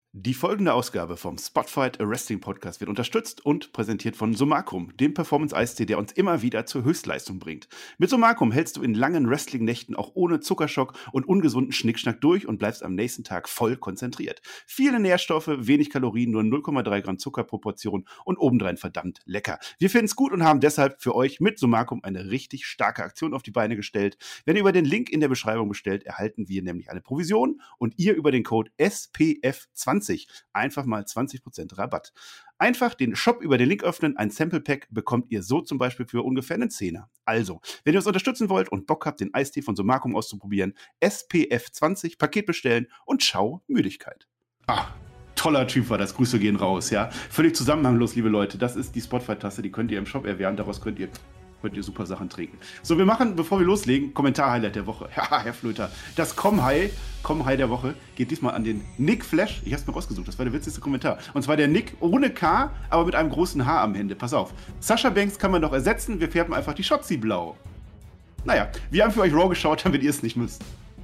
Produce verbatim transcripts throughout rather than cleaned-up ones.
Die folgende Ausgabe vom Spotfight Wrestling Podcast wird unterstützt und präsentiert von Somacrum, dem Performance-Eistee, der uns immer wieder zur Höchstleistung bringt. Mit Somacrum hältst du in langen Wrestling-Nächten auch ohne Zuckerschock und ungesunden Schnickschnack durch und bleibst am nächsten Tag voll konzentriert. Viele Nährstoffe, wenig Kalorien, nur null Komma drei Gramm Zuckerproportion und obendrein verdammt lecker. Wir finden es gut und haben deshalb für euch mit Somacrum eine richtig starke Aktion auf die Beine gestellt. Wenn ihr über den Link in der Beschreibung bestellt, erhalten wir nämlich eine Provision und ihr über den Code S P F zwanzig einfach mal zwanzig Prozent Rabatt. Einfach den Shop über den Link öffnen, ein Sample Pack bekommt ihr so zum Beispiel für ungefähr einen Zehner. Also, wenn ihr uns unterstützen wollt und Bock habt, den Eistee von Somacrum auszuprobieren, S P F zwanzig, Paket bestellen und ciao Müdigkeit. Ah, toller Typ war das, Grüße gehen raus, ja. Völlig zusammenhanglos, liebe Leute, das ist die Spotify-Tasse, die könnt ihr im Shop erwerben, daraus könnt ihr... könnt ihr super Sachen trinken. So, wir machen, bevor wir loslegen, Kommentar-Highlight der Woche. Ja, Herr Flöter, das Com-High, Com-High der Woche geht diesmal an den Nick Flash. Ich hab's mir rausgesucht, das war der witzigste Kommentar. Und zwar der Nick ohne K, aber mit einem großen H am Ende. Pass auf, Sascha Banks kann man doch ersetzen, wir färben einfach die Shotzi blau. Naja, wir haben für euch Raw geschaut, damit ihr es nicht müsst.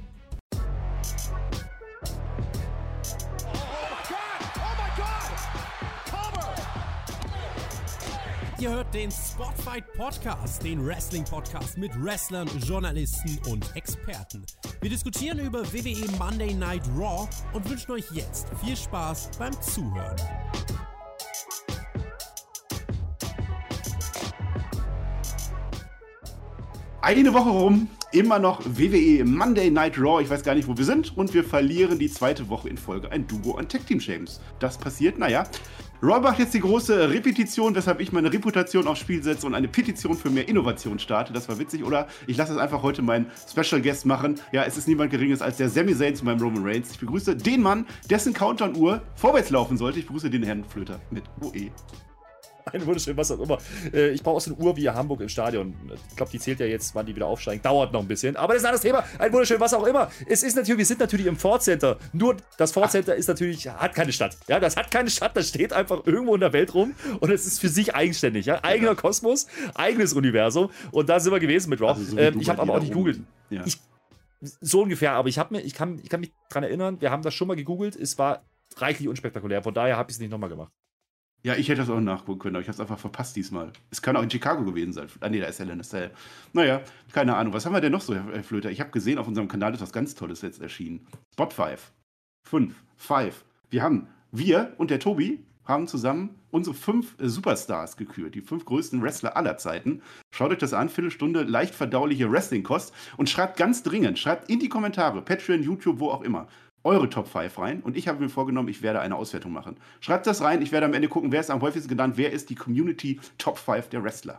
Ihr hört den Spotfight Podcast, den Wrestling-Podcast mit Wrestlern, Journalisten und Experten. Wir diskutieren über W W E Monday Night Raw und wünschen euch jetzt viel Spaß beim Zuhören. Eine Woche rum, immer noch W W E Monday Night Raw. Ich weiß gar nicht, wo wir sind. Und wir verlieren die zweite Woche in Folge ein Duo an Tag Team Champions. Das passiert, naja. Raw macht jetzt die große Repetition, weshalb ich meine Reputation aufs Spiel setze und eine Petition für mehr Innovation starte. Das war witzig, oder? Ich lasse es einfach heute meinen Special Guest machen. Ja, es ist niemand Geringes als der Sami Zayn zu meinem Roman Reigns. Ich begrüße den Mann, dessen Countdown-Uhr vorwärts laufen sollte. Ich begrüße den Herrn Flöter mit O E. Ein wunderschön, was auch immer. Ich brauche auch so eine Uhr wie Hamburg im Stadion. Ich glaube, die zählt ja jetzt, wann die wieder aufsteigen. Dauert noch ein bisschen. Aber das ist ein anderes Thema. Ein wunderschön, was auch immer. Es ist natürlich, wir sind natürlich im Ford Center. Nur das Ford Center ist natürlich, hat keine Stadt. Ja, das hat keine Stadt. Das steht einfach irgendwo in der Welt rum. Und es ist für sich eigenständig. Ja? Eigener Kosmos, eigenes Universum. Und da sind wir gewesen mit Raw. Also so ähm, ich habe aber auch nicht gegoogelt. Ja. Ich, so ungefähr. Aber ich, mir, ich, kann, ich kann mich dran erinnern, wir haben das schon mal gegoogelt. Es war reichlich unspektakulär. Von daher habe ich es nicht nochmal gemacht. Ja, ich hätte das auch nachgucken können, aber ich habe es einfach verpasst diesmal. Es kann auch in Chicago gewesen sein. Ah, nee, da ist L N S L. Naja, keine Ahnung. Was haben wir denn noch so, Herr Flöter? Ich habe gesehen, auf unserem Kanal ist was ganz Tolles jetzt erschienen. Spot fünf. fünf. fünf. Wir haben, wir und der Tobi haben zusammen unsere fünf Superstars gekürt. Die fünf größten Wrestler aller Zeiten. Schaut euch das an. Viertelstunde leicht verdauliche Wrestling-Kost. Und schreibt ganz dringend, schreibt in die Kommentare, Patreon, YouTube, wo auch immer, eure Top fünf rein und ich habe mir vorgenommen, ich werde eine Auswertung machen. Schreibt das rein, ich werde am Ende gucken, wer ist am häufigsten genannt, wer ist die Community Top fünf der Wrestler.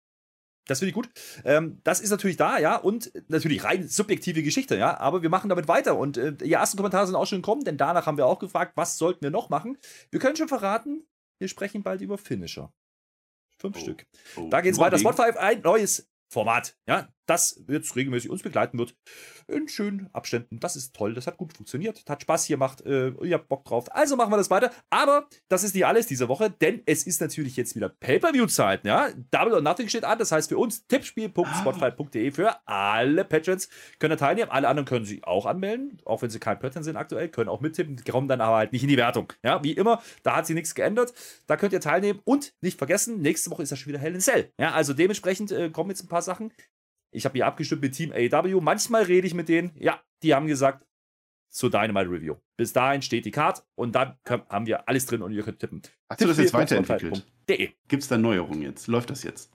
Das finde ich gut. Ähm, das ist natürlich da, ja, und natürlich rein subjektive Geschichte, ja, aber wir machen damit weiter und äh, die ersten Kommentare sind auch schon gekommen, denn danach haben wir auch gefragt, was sollten wir noch machen? Wir können schon verraten, wir sprechen bald über Finisher. Fünf oh, Stück. Oh, da geht es weiter. Spot fünf, ein neues Format, ja, das jetzt regelmäßig uns begleiten wird, in schönen Abständen. Das ist toll, das hat gut funktioniert, hat Spaß hier gemacht, äh, ihr habt Bock drauf. Also machen wir das weiter, aber das ist nicht alles diese Woche, denn es ist natürlich jetzt wieder Pay-Per-View-Zeit, ja. Double or Nothing steht an, das heißt für uns tippspiel punkt spotfight punkt de für alle Patrons können da teilnehmen, alle anderen können sich auch anmelden, auch wenn sie kein Patron sind aktuell, können auch mittippen, kommen dann aber halt nicht in die Wertung, ja, wie immer, da hat sich nichts geändert, da könnt ihr teilnehmen und nicht vergessen, nächste Woche ist ja schon wieder Hell in Cell, ja, also dementsprechend äh, kommen jetzt ein paar Sachen. Ich habe hier abgestimmt mit Team A E W. Manchmal rede ich mit denen. Ja, die haben gesagt, zur Dynamite Review. Bis dahin steht die Card und dann können, haben wir alles drin und ihr könnt tippen. Hast du das jetzt weiterentwickelt? Gibt es da Neuerungen jetzt? Läuft das jetzt?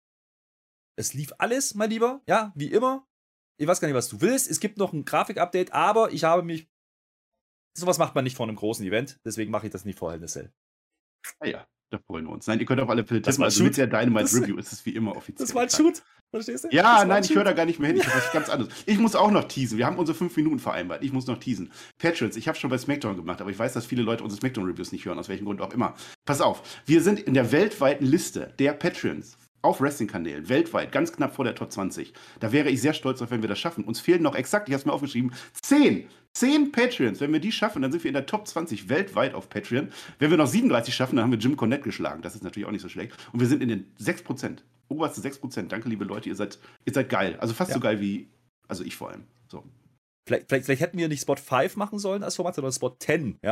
Es lief alles, mein Lieber. Ja, wie immer. Ich weiß gar nicht, was du willst. Es gibt noch ein Grafik-Update, aber ich habe mich... Sowas macht man nicht vor einem großen Event. Deswegen mache ich das nicht vor Hell in a Cell. Ah ja, da freuen wir uns. Nein, ihr könnt auf alle Fälle tippen. Also mit der Dynamite das, Review ist es wie immer offiziell. Das war ein Shoot. Verstehst du? Ja, nein, ich höre da gar nicht mehr hin. Ich habe was ganz anderes. Ich muss auch noch teasen. Wir haben unsere fünf Minuten vereinbart. Ich muss noch teasen. Patrons, ich habe schon bei SmackDown gemacht, aber ich weiß, dass viele Leute unsere SmackDown-Reviews nicht hören, aus welchem Grund auch immer. Pass auf, wir sind in der weltweiten Liste der Patrons auf Wrestling-Kanälen, weltweit, ganz knapp vor der Top zwanzig. Da wäre ich sehr stolz drauf, wenn wir das schaffen. Uns fehlen noch exakt, ich habe es mir aufgeschrieben, zehn. zehn Patreons. Wenn wir die schaffen, dann sind wir in der Top zwanzig weltweit auf Patreon. Wenn wir noch siebenunddreißig schaffen, dann haben wir Jim Cornette geschlagen. Das ist natürlich auch nicht so schlecht. Und wir sind in den sechs Prozent. Oberste sechs Prozent. Danke, liebe Leute. Ihr seid, ihr seid geil. Also fast ja. so geil wie, also ich vor allem. So. Vielleicht, vielleicht, vielleicht hätten wir nicht Spot fünf machen sollen als Format, sondern Spot zehn, ja?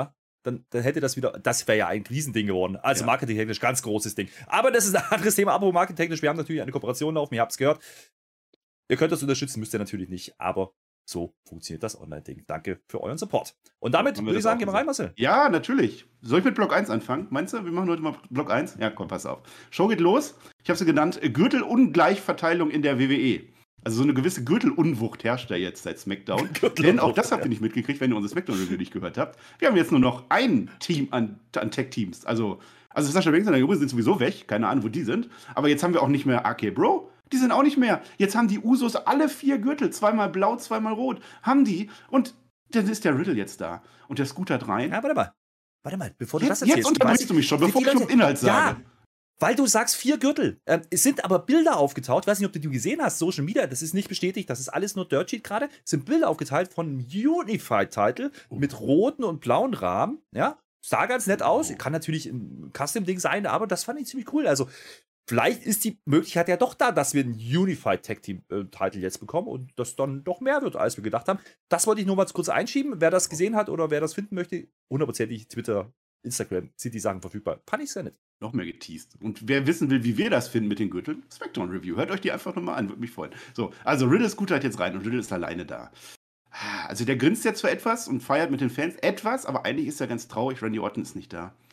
dann, dann hätte das wieder, das wäre ja ein Riesending geworden. Also ja. marketingtechnisch ganz großes Ding. Aber das ist ein anderes Thema, apropos marketingtechnisch, wir haben natürlich eine Kooperation laufen, ihr habt es gehört. Ihr könnt das unterstützen, müsst ihr natürlich nicht, aber so funktioniert das Online-Ding. Danke für euren Support. Und damit würde ich sagen, gehen wir rein, Marcel. Ja, natürlich. Soll ich mit Block eins anfangen? Meinst du, wir machen heute mal Block eins? Ja, komm, pass auf. Show geht los. Ich habe sie genannt, Gürtelungleichverteilung in der W W E. Also so eine gewisse Gürtelunwucht herrscht da jetzt seit SmackDown. Denn auch das habt ihr nicht mitgekriegt, wenn ihr unsere SmackDown-Review nicht gehört habt. Wir haben jetzt nur noch ein Team an, an Tech-Teams. Also, also Sascha Banks und der Junge sind sowieso weg. Keine Ahnung, wo die sind. Aber jetzt haben wir auch nicht mehr R K Bro. Die sind auch nicht mehr. Jetzt haben die Usos alle vier Gürtel. Zweimal blau, zweimal rot. Haben die. Und dann ist der Riddle jetzt da. Und der scootert rein. Ja, warte mal. Warte mal, bevor du jetzt, das erzählst. Jetzt unterbrichst du mich schon, bevor ich um Inhalt sage. Ja. Weil du sagst vier Gürtel. Ähm, es sind aber Bilder aufgetaucht. Ich weiß nicht, ob du die gesehen hast. Social Media, das ist nicht bestätigt. Das ist alles nur Dirt Sheet gerade. Es sind Bilder aufgeteilt von einem Unified-Title oh. mit roten und blauen Rahmen. Ja, sah ganz nett aus. Oh. Kann natürlich ein Custom-Ding sein, aber das fand ich ziemlich cool. Also, vielleicht ist die Möglichkeit ja doch da, dass wir ein Unified Tag Team äh, Title jetzt bekommen und das dann doch mehr wird, als wir gedacht haben. Das wollte ich nur mal kurz einschieben. Wer das gesehen hat oder wer das finden möchte, hundertprozentig Twitter, Instagram sind die Sachen verfügbar. Fand ich sehr nett. Noch mehr geteased. Und wer wissen will, wie wir das finden mit den Gürteln, SmackDown Review. Hört euch die einfach nochmal an, würde mich freuen. So, also Riddle scootet jetzt rein und Riddle ist alleine da. Also der grinst jetzt zwar etwas und feiert mit den Fans etwas, aber eigentlich ist er ganz traurig, Randy Orton ist nicht da.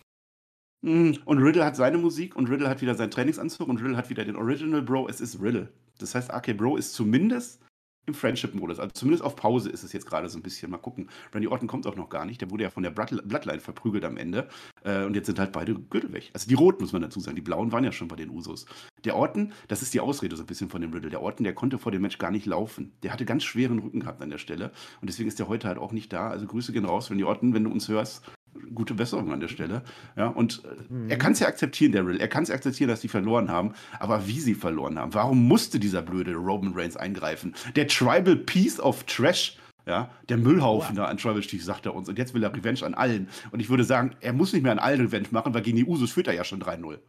Und Riddle hat seine Musik und Riddle hat wieder seinen Trainingsanzug und Riddle hat wieder den Original Bro. Es ist Riddle. Das heißt, R K Bro ist zumindest im Friendship-Modus. Also zumindest auf Pause ist es jetzt gerade so ein bisschen. Mal gucken. Randy Orton kommt auch noch gar nicht. Der wurde ja von der Bloodline verprügelt am Ende. Und jetzt sind halt beide Gürtel weg. Also die roten, muss man dazu sagen. Die blauen waren ja schon bei den Usos. Der Orton, das ist die Ausrede so ein bisschen von dem Riddle. Der Orton, der konnte vor dem Match gar nicht laufen. Der hatte ganz schweren Rücken gehabt an der Stelle. Und deswegen ist der heute halt auch nicht da. Also Grüße gehen raus, Randy Orton, wenn du uns hörst. Gute Besserung an der Stelle. Ja, und äh, mhm. er kann es ja akzeptieren, der Riddle. Er kann es akzeptieren, dass die verloren haben. Aber wie sie verloren haben. Warum musste dieser blöde Roman Reigns eingreifen? Der Tribal Piece of Trash, ja, der Müllhaufen wow. da an Tribal Chief, sagt er uns. Und jetzt will er Revenge an allen. Und ich würde sagen, er muss nicht mehr an allen Revenge machen, weil gegen die Usos führt er ja schon drei null.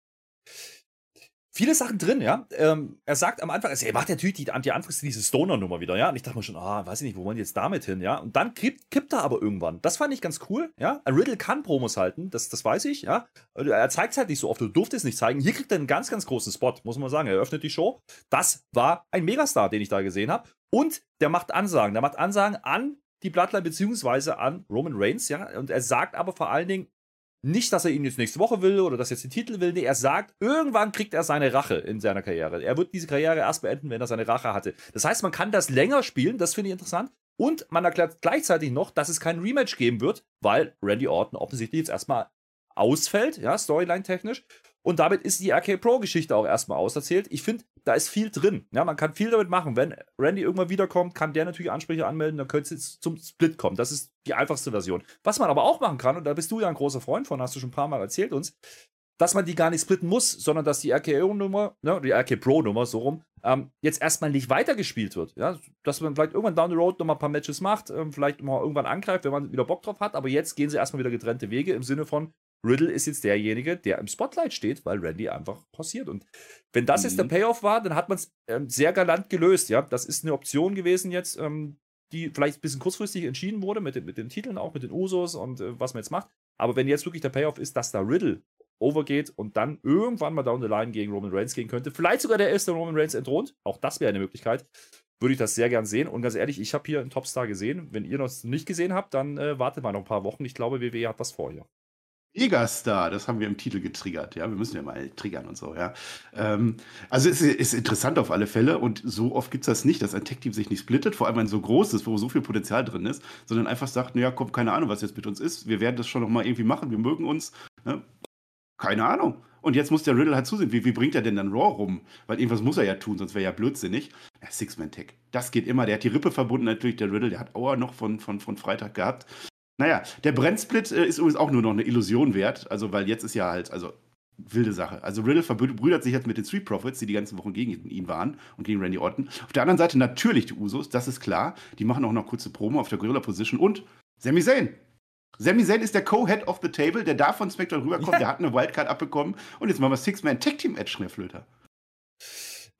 Viele Sachen drin, ja. Ähm, er sagt am Anfang, also er macht natürlich die Anti-Anfangs diese Stoner-Nummer wieder, ja. Und ich dachte mir schon, ah, weiß ich nicht, wo wollen die jetzt damit hin, ja. Und dann kippt, kippt er aber irgendwann. Das fand ich ganz cool, ja. Riddle kann Promos halten, das, das weiß ich, ja. Er zeigt es halt nicht so oft, du durfte es nicht zeigen. Hier kriegt er einen ganz, ganz großen Spot, muss man sagen. Er eröffnet die Show. Das war ein Megastar, den ich da gesehen habe. Und der macht Ansagen. Der macht Ansagen an die Bloodline beziehungsweise an Roman Reigns, ja. Und er sagt aber vor allen Dingen, nicht, dass er ihn jetzt nächste Woche will oder dass er jetzt den Titel will. Nee, er sagt, irgendwann kriegt er seine Rache in seiner Karriere. Er wird diese Karriere erst beenden, wenn er seine Rache hatte. Das heißt, man kann das länger spielen, das finde ich interessant. Und man erklärt gleichzeitig noch, dass es kein Rematch geben wird, weil Randy Orton offensichtlich jetzt erstmal ausfällt, ja, Storyline-technisch. Und damit ist die R K Pro-Geschichte auch erstmal auserzählt. Ich finde, da ist viel drin. Ja, man kann viel damit machen. Wenn Randy irgendwann wiederkommt, kann der natürlich Ansprüche anmelden, dann könnte es zum Split kommen. Das ist die einfachste Version. Was man aber auch machen kann, und da bist du ja ein großer Freund von, hast du schon ein paar Mal erzählt uns, dass man die gar nicht splitten muss, sondern dass die R K O-Nummer, ne, die R K Pro-Nummer, so rum, ähm, jetzt erstmal nicht weitergespielt wird. Ja? Dass man vielleicht irgendwann down the road nochmal ein paar Matches macht, ähm, vielleicht mal irgendwann angreift, wenn man wieder Bock drauf hat, aber jetzt gehen sie erstmal wieder getrennte Wege im Sinne von, Riddle ist jetzt derjenige, der im Spotlight steht, weil Randy einfach passiert. Und wenn das mhm. jetzt der Payoff war, dann hat man es ähm, sehr galant gelöst. Ja? Das ist eine Option gewesen jetzt, ähm, die vielleicht ein bisschen kurzfristig entschieden wurde, mit den, mit den Titeln, auch mit den Usos und äh, was man jetzt macht. Aber wenn jetzt wirklich der Payoff ist, dass da Riddle overgeht und dann irgendwann mal down the line gegen Roman Reigns gehen könnte, vielleicht sogar der erste Roman Reigns entthront, auch das wäre eine Möglichkeit, würde ich das sehr gern sehen. Und ganz ehrlich, ich habe hier einen Topstar gesehen. Wenn ihr noch nicht gesehen habt, dann äh, wartet mal noch ein paar Wochen. Ich glaube, W W E hat was vor hier. Megastar, das haben wir im Titel getriggert, ja, wir müssen ja mal triggern und so, ja. Ähm, also es ist, ist interessant auf alle Fälle und so oft gibt es das nicht, dass ein Tech-Team sich nicht splittet, vor allem ein so großes, wo so viel Potenzial drin ist, sondern einfach sagt, naja, komm, keine Ahnung, was jetzt mit uns ist, wir werden das schon noch mal irgendwie machen, wir mögen uns, ne? Keine Ahnung. Und jetzt muss der Riddle halt zusehen, wie, wie bringt er denn dann Raw rum? Weil irgendwas muss er ja tun, sonst wäre ja blödsinnig. Ja, Six-Man-Tag, das geht immer, der hat die Rippe verbunden natürlich, der Riddle, der hat Auer noch von, von, von Freitag gehabt. Naja, der Brandsplit äh, ist übrigens auch nur noch eine Illusion wert, also weil jetzt ist ja halt, also wilde Sache. Also Riddle verbrüdert sich jetzt mit den Street Profits, die die ganzen Wochen gegen ihn waren und gegen Randy Orton. Auf der anderen Seite natürlich die Usos, das ist klar. Die machen auch noch kurze Promo auf der Gorilla-Position und Sami Zayn. Sami Zayn ist der Co-Head of the Table, der da von SmackDown rüberkommt, ja. Der hat eine Wildcard abbekommen und jetzt machen wir Six-Man-Tag-Team-Edge, Schnellflöter.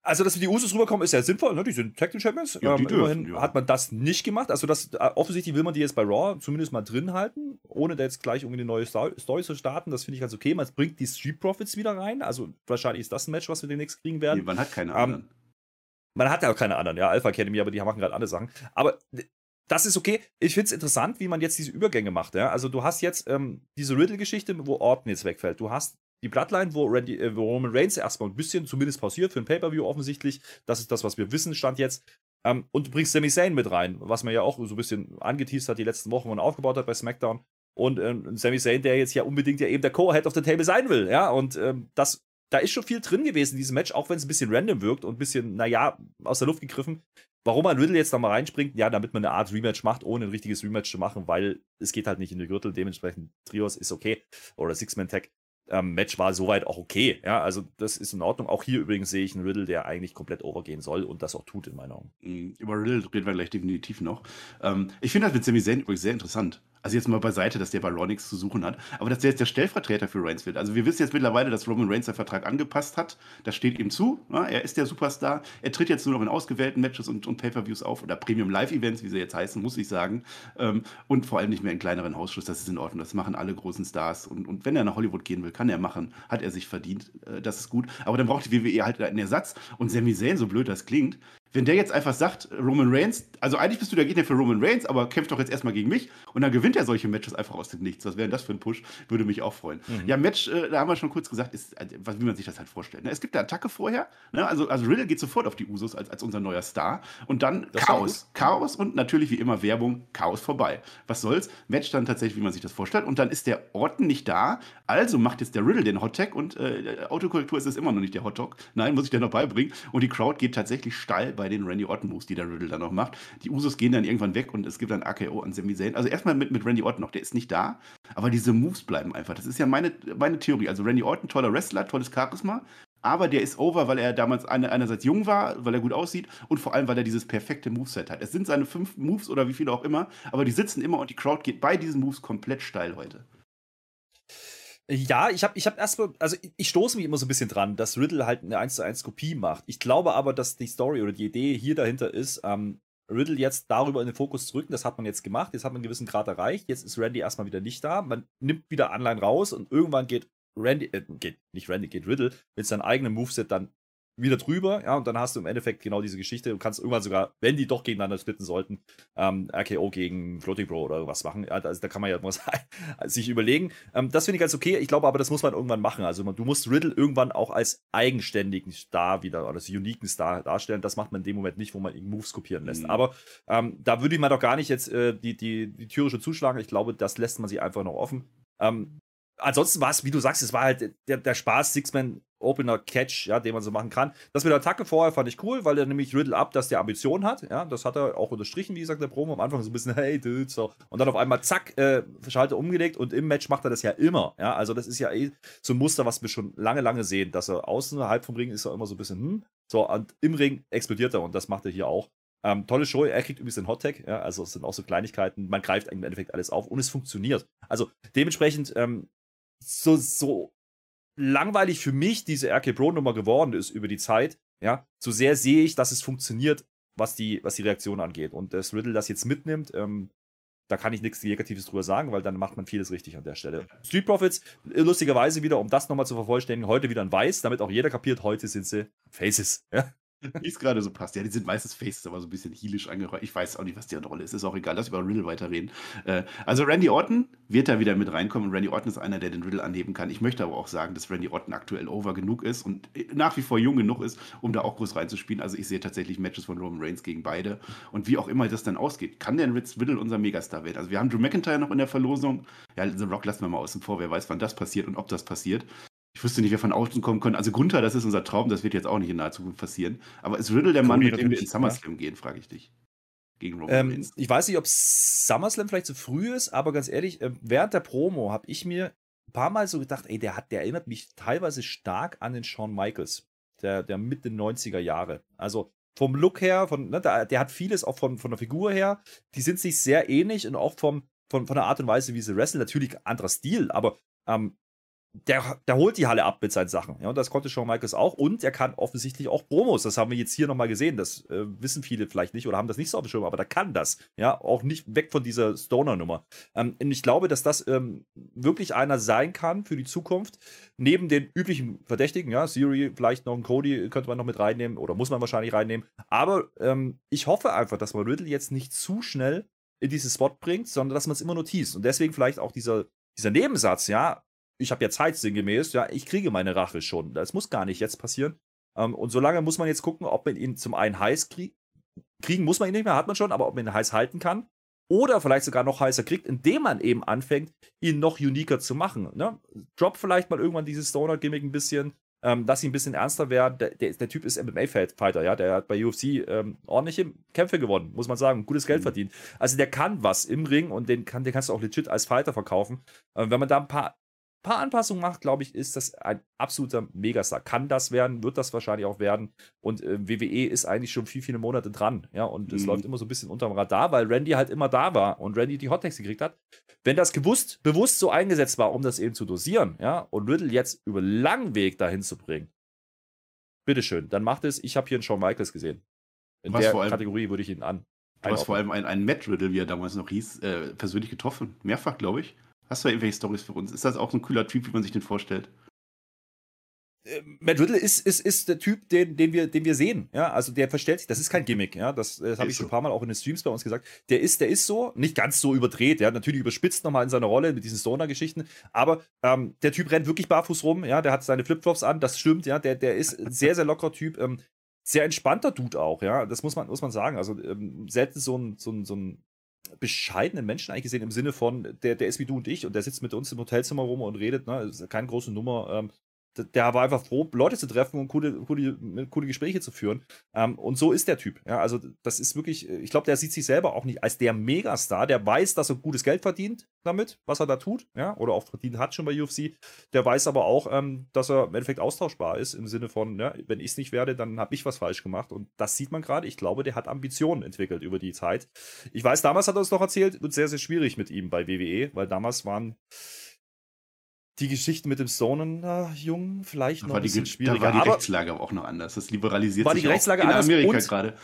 Also, dass die Usos rüberkommen, ist ja sinnvoll, ne? Die sind Tag Team Champions. Ja, die ähm, dürfen, immerhin ja. hat man das nicht gemacht. Also, das, äh, offensichtlich will man die jetzt bei Raw zumindest mal drin halten, ohne da jetzt gleich irgendwie eine neue Sto- Story zu starten. Das finde ich ganz okay. Man bringt die Street Profits wieder rein. Also, wahrscheinlich ist das ein Match, was wir demnächst kriegen werden. Nee, man hat keine Ähm, anderen. Man hat ja auch keine anderen, ja, Alpha Academy, aber die machen gerade andere Sachen. Aber äh, das ist okay. Ich finde es interessant, wie man jetzt diese Übergänge macht. Ja? Also, du hast jetzt ähm, diese Riddle-Geschichte, wo Orton jetzt wegfällt. Du hast die Bloodline, wo, Randy, äh, wo Roman Reigns erstmal ein bisschen zumindest pausiert für ein Pay-Per-View offensichtlich. Das ist das, was wir wissen, stand jetzt. Ähm, und du bringst Sami Zayn mit rein, was man ja auch so ein bisschen angeteased hat die letzten Wochen und aufgebaut hat bei SmackDown. Und ähm, Sami Zayn, der jetzt ja unbedingt ja eben der Co-Head of the Table sein will. Ja, und ähm, das, da ist schon viel drin gewesen in diesem Match, auch wenn es ein bisschen random wirkt und ein bisschen, naja, aus der Luft gegriffen. Warum man Riddle jetzt da mal reinspringt? Ja, damit man eine Art Rematch macht, ohne ein richtiges Rematch zu machen, weil es geht halt nicht in die Gürtel. Dementsprechend Trios ist okay. Oder Six-Man-Tag. Ähm, Match war soweit auch okay. Ja, also das ist in Ordnung. Auch hier übrigens sehe ich einen Riddle, der eigentlich komplett overgehen soll und das auch tut in meinen Augen. Über Riddle reden wir gleich definitiv noch. Ähm, ich finde das mit Sami Zayn übrigens sehr interessant. Also jetzt mal beiseite, dass der bei Raw nichts zu suchen hat, aber dass der jetzt der Stellvertreter für Reigns wird. Also wir wissen jetzt mittlerweile, dass Roman Reigns seinen Vertrag angepasst hat. Das steht ihm zu. Ne? Er ist der Superstar. Er tritt jetzt nur noch in ausgewählten Matches und, und Pay-Per-Views auf oder Premium-Live-Events, wie sie jetzt heißen, muss ich sagen. Ähm, und vor allem nicht mehr in kleineren Hausschuss. Das ist in Ordnung. Das machen alle großen Stars. Und, und wenn er nach Hollywood gehen will, kann er machen. Hat er sich verdient. Äh, das ist gut. Aber dann braucht die W W E halt einen Ersatz. Und Sami Zayn, so blöd das klingt, wenn der jetzt einfach sagt, Roman Reigns, also eigentlich bist du der Gegner für Roman Reigns, aber kämpft doch jetzt erstmal gegen mich und dann gewinnt er solche Matches einfach aus dem Nichts. Was wäre denn das für ein Push? Würde mich auch freuen. Mhm. Ja, Match, äh, da haben wir schon kurz gesagt, ist, äh, wie man sich das halt vorstellt. Ne? Es gibt eine Attacke vorher, ne? also, also Riddle geht sofort auf die Usos als, als unser neuer Star und dann das Chaos. Chaos und natürlich wie immer Werbung, Chaos vorbei. Was soll's? Match dann tatsächlich, wie man sich das vorstellt und dann ist der Orton nicht da, also macht jetzt der Riddle den Hot Tag und äh, Autokorrektur ist es immer noch nicht der Hot Dog. Nein, muss ich dir noch beibringen. Und die Crowd geht tatsächlich steil bei den Randy Orton Moves, die der Riddle dann noch macht. Die Usos gehen dann irgendwann weg und es gibt dann A K O an Sami Zayn. Also erstmal mit, mit Randy Orton noch, der ist nicht da, aber diese Moves bleiben einfach. Das ist ja meine, meine Theorie. Also Randy Orton, toller Wrestler, tolles Charisma, aber der ist over, weil er damals eine, einerseits jung war, weil er gut aussieht und vor allem, weil er dieses perfekte Moveset hat. Es sind seine fünf Moves oder wie viele auch immer, aber die sitzen immer und die Crowd geht bei diesen Moves komplett steil heute. Ja, ich habe ich hab erstmal, also ich, ich stoße mich immer so ein bisschen dran, dass Riddle halt eine eins zu eins Kopie macht. Ich glaube aber, dass die Story oder die Idee hier dahinter ist, ähm, Riddle jetzt darüber in den Fokus zu rücken. Das hat man jetzt gemacht, jetzt hat man einen gewissen Grad erreicht. Jetzt ist Randy erstmal wieder nicht da. Man nimmt wieder Anleihen raus und irgendwann geht Randy, äh, geht nicht Randy, geht Riddle mit seinem eigenen Moveset dann wieder drüber, ja, und dann hast du im Endeffekt genau diese Geschichte. Du kannst irgendwann sogar, wenn die doch gegeneinander splitten sollten, ähm, R K O gegen Floating Bro oder irgendwas machen. Ja, also, da kann man ja was sich überlegen. Ähm, das finde ich ganz okay. Ich glaube aber, das muss man irgendwann machen. Also man, du musst Riddle irgendwann auch als eigenständigen Star wieder, oder als uniken Star darstellen. Das macht man in dem Moment nicht, wo man ihn Moves kopieren lässt. Mhm. Aber ähm, da würde ich mal doch gar nicht jetzt äh, die, die, die Türe schon zuschlagen. Ich glaube, das lässt man sich einfach noch offen. Ähm, ansonsten war es, wie du sagst, es war halt der, der Spaß, Six-Man Opener Catch, ja, den man so machen kann. Das mit der Attacke vorher fand ich cool, weil er nämlich Riddle ab, dass der Ambition hat. Ja, das hat er auch unterstrichen, wie gesagt, der Promo. Am Anfang so ein bisschen, hey, dude, so. Und dann auf einmal, zack, äh, Schalter umgelegt und im Match macht er das ja immer. Ja, also das ist ja eh so ein Muster, was wir schon lange, lange sehen, dass er außerhalb vom Ring ist er immer so ein bisschen, hm, so, und im Ring explodiert er und das macht er hier auch. Ähm, tolle Show, er kriegt übrigens den Hottag, ja, also es sind auch so Kleinigkeiten, man greift im Endeffekt alles auf und es funktioniert. Also dementsprechend, ähm, so, so langweilig für mich diese R K-Bro-Nummer geworden ist über die Zeit, ja, so sehr sehe ich, dass es funktioniert, was die, was die Reaktion angeht. Und dass Riddle das jetzt mitnimmt, ähm, da kann ich nichts Negatives drüber sagen, weil dann macht man vieles richtig an der Stelle. Street Profits, lustigerweise wieder, um das nochmal zu vervollständigen, heute wieder ein Weiß, damit auch jeder kapiert, heute sind sie Faces, ja. Wie es gerade so passt. Ja, die sind meistens Faces, aber so ein bisschen heelisch angeräumt. Ich weiß auch nicht, was deren Rolle ist. Ist auch egal. Lass über Riddle weiterreden. Äh, also Randy Orton wird da wieder mit reinkommen. Und Randy Orton ist einer, der den Riddle anheben kann. Ich möchte aber auch sagen, dass Randy Orton aktuell over genug ist und nach wie vor jung genug ist, um da auch groß reinzuspielen. Also ich sehe tatsächlich Matches von Roman Reigns gegen beide. Und wie auch immer das dann ausgeht, kann der Riddle unser Megastar werden. Also wir haben Drew McIntyre noch in der Verlosung. Ja, The Rock lassen wir mal außen vor. Wer weiß, wann das passiert und ob das passiert. Ich wüsste nicht, wer von außen kommen könnte. Also Gunther, das ist unser Traum, das wird jetzt auch nicht in naher Zukunft passieren. Aber ist Riddle der Mann, mit dem wir in SummerSlam ja. gehen, frage ich dich. Gegen Roman ähm, Reigns. Ich weiß nicht, ob SummerSlam vielleicht zu früh ist, aber ganz ehrlich, äh, während der Promo habe ich mir ein paar Mal so gedacht, ey, der hat, der erinnert mich teilweise stark an den Shawn Michaels, der, der Mitte neunziger Jahre. Also vom Look her, von, ne, der, der hat vieles auch von, von der Figur her, die sind sich sehr ähnlich und auch vom, von, von der Art und Weise, wie sie wresteln. Natürlich anderer Stil, aber ähm, der, der holt die Halle ab mit seinen Sachen. Ja, und das konnte Shawn Michaels auch. Und er kann offensichtlich auch Promos. Das haben wir jetzt hier nochmal gesehen. Das äh, wissen viele vielleicht nicht oder haben das nicht so auf dem Schirm, aber der kann das. Ja, auch nicht weg von dieser Stoner-Nummer. Ähm, und ich glaube, dass das ähm, wirklich einer sein kann für die Zukunft. Neben den üblichen Verdächtigen, ja, Theory, vielleicht noch ein Cody könnte man noch mit reinnehmen oder muss man wahrscheinlich reinnehmen. Aber ähm, ich hoffe einfach, dass man Riddle jetzt nicht zu schnell in diesen Spot bringt, sondern dass man es immer nur teast. Und deswegen vielleicht auch dieser, dieser Nebensatz, ja, ich habe ja Zeit sinngemäß, ja, ich kriege meine Rache schon. Das muss gar nicht jetzt passieren. Ähm, und solange muss man jetzt gucken, ob man ihn zum einen heiß kriegt. Kriegen muss man ihn nicht mehr, hat man schon, aber ob man ihn heiß halten kann. Oder vielleicht sogar noch heißer kriegt, indem man eben anfängt, ihn noch uniker zu machen. Ne? Drop vielleicht mal irgendwann dieses Stoner-Gimmick ein bisschen, ähm, dass sie ein bisschen ernster werden. Der, der, der Typ ist M M A-Fighter, ja, der hat bei U F C ähm, ordentliche Kämpfe gewonnen, muss man sagen, gutes Geld mhm. verdient. Also der kann was im Ring und den, kann, den kannst du auch legit als Fighter verkaufen. Ähm, wenn man da ein paar paar Anpassungen macht, glaube ich, ist das ein absoluter Megastar. Kann das werden, wird das wahrscheinlich auch werden. Und äh, W W E ist eigentlich schon viele, viele Monate dran. Ja, und es mhm. läuft immer so ein bisschen unterm Radar, weil Randy halt immer da war und Randy die Hottakes gekriegt hat. Wenn das gewusst, bewusst so eingesetzt war, um das eben zu dosieren, ja, und Riddle jetzt über langen Weg dahin zu bringen, bitteschön, dann macht es. Ich habe hier einen Shawn Michaels gesehen. In Was der allem, Kategorie würde ich ihn an. Du hast vor allem einen, einen Matt Riddle, wie er damals noch hieß, äh, persönlich getroffen. Mehrfach, glaube ich. Hast du da irgendwelche Storys für uns? Ist das auch so ein cooler Typ, wie man sich den vorstellt? Äh, Matt Riddle ist, ist, ist der Typ, den, den, wir, den wir sehen. Ja, also der verstellt sich, das ist kein Gimmick. Ja, das, das habe ich schon so. ein paar Mal auch in den Streams bei uns gesagt. Der ist, der ist so, nicht ganz so überdreht. Ja, natürlich überspitzt nochmal in seiner Rolle mit diesen Stoner-Geschichten. Aber ähm, der Typ rennt wirklich barfuß rum. Ja, der hat seine Flipflops an. Das stimmt. Ja, der, der ist ein sehr, sehr lockerer Typ. Ähm, sehr entspannter Dude auch. Ja, das muss man, muss man sagen. Also ähm, selten so ein, so ein, so ein bescheidenen Menschen eigentlich gesehen, im Sinne von, der, der ist wie du und ich und der sitzt mit uns im Hotelzimmer rum und redet, ne, ist keine große Nummer. Ähm, der war einfach froh, Leute zu treffen und coole, coole, coole Gespräche zu führen. Ähm, und so ist der Typ. Ja, also das ist wirklich, ich glaube, der sieht sich selber auch nicht als der Megastar. Der weiß, dass er gutes Geld verdient damit, was er da tut, ja, oder auch verdient hat schon bei U F C. Der weiß aber auch, ähm, dass er im Endeffekt austauschbar ist, im Sinne von, ja, wenn ich es nicht werde, dann habe ich was falsch gemacht. Und das sieht man gerade. Ich glaube, der hat Ambitionen entwickelt über die Zeit. Ich weiß, damals hat er uns noch erzählt, wird sehr, sehr schwierig mit ihm bei W W E, weil damals waren die Geschichten mit dem Stonen-Jungen vielleicht noch ein bisschen schwieriger. Da war die aber Rechtslage auch noch anders. Das liberalisiert war sich die Rechtslage auch in Amerika und, gerade.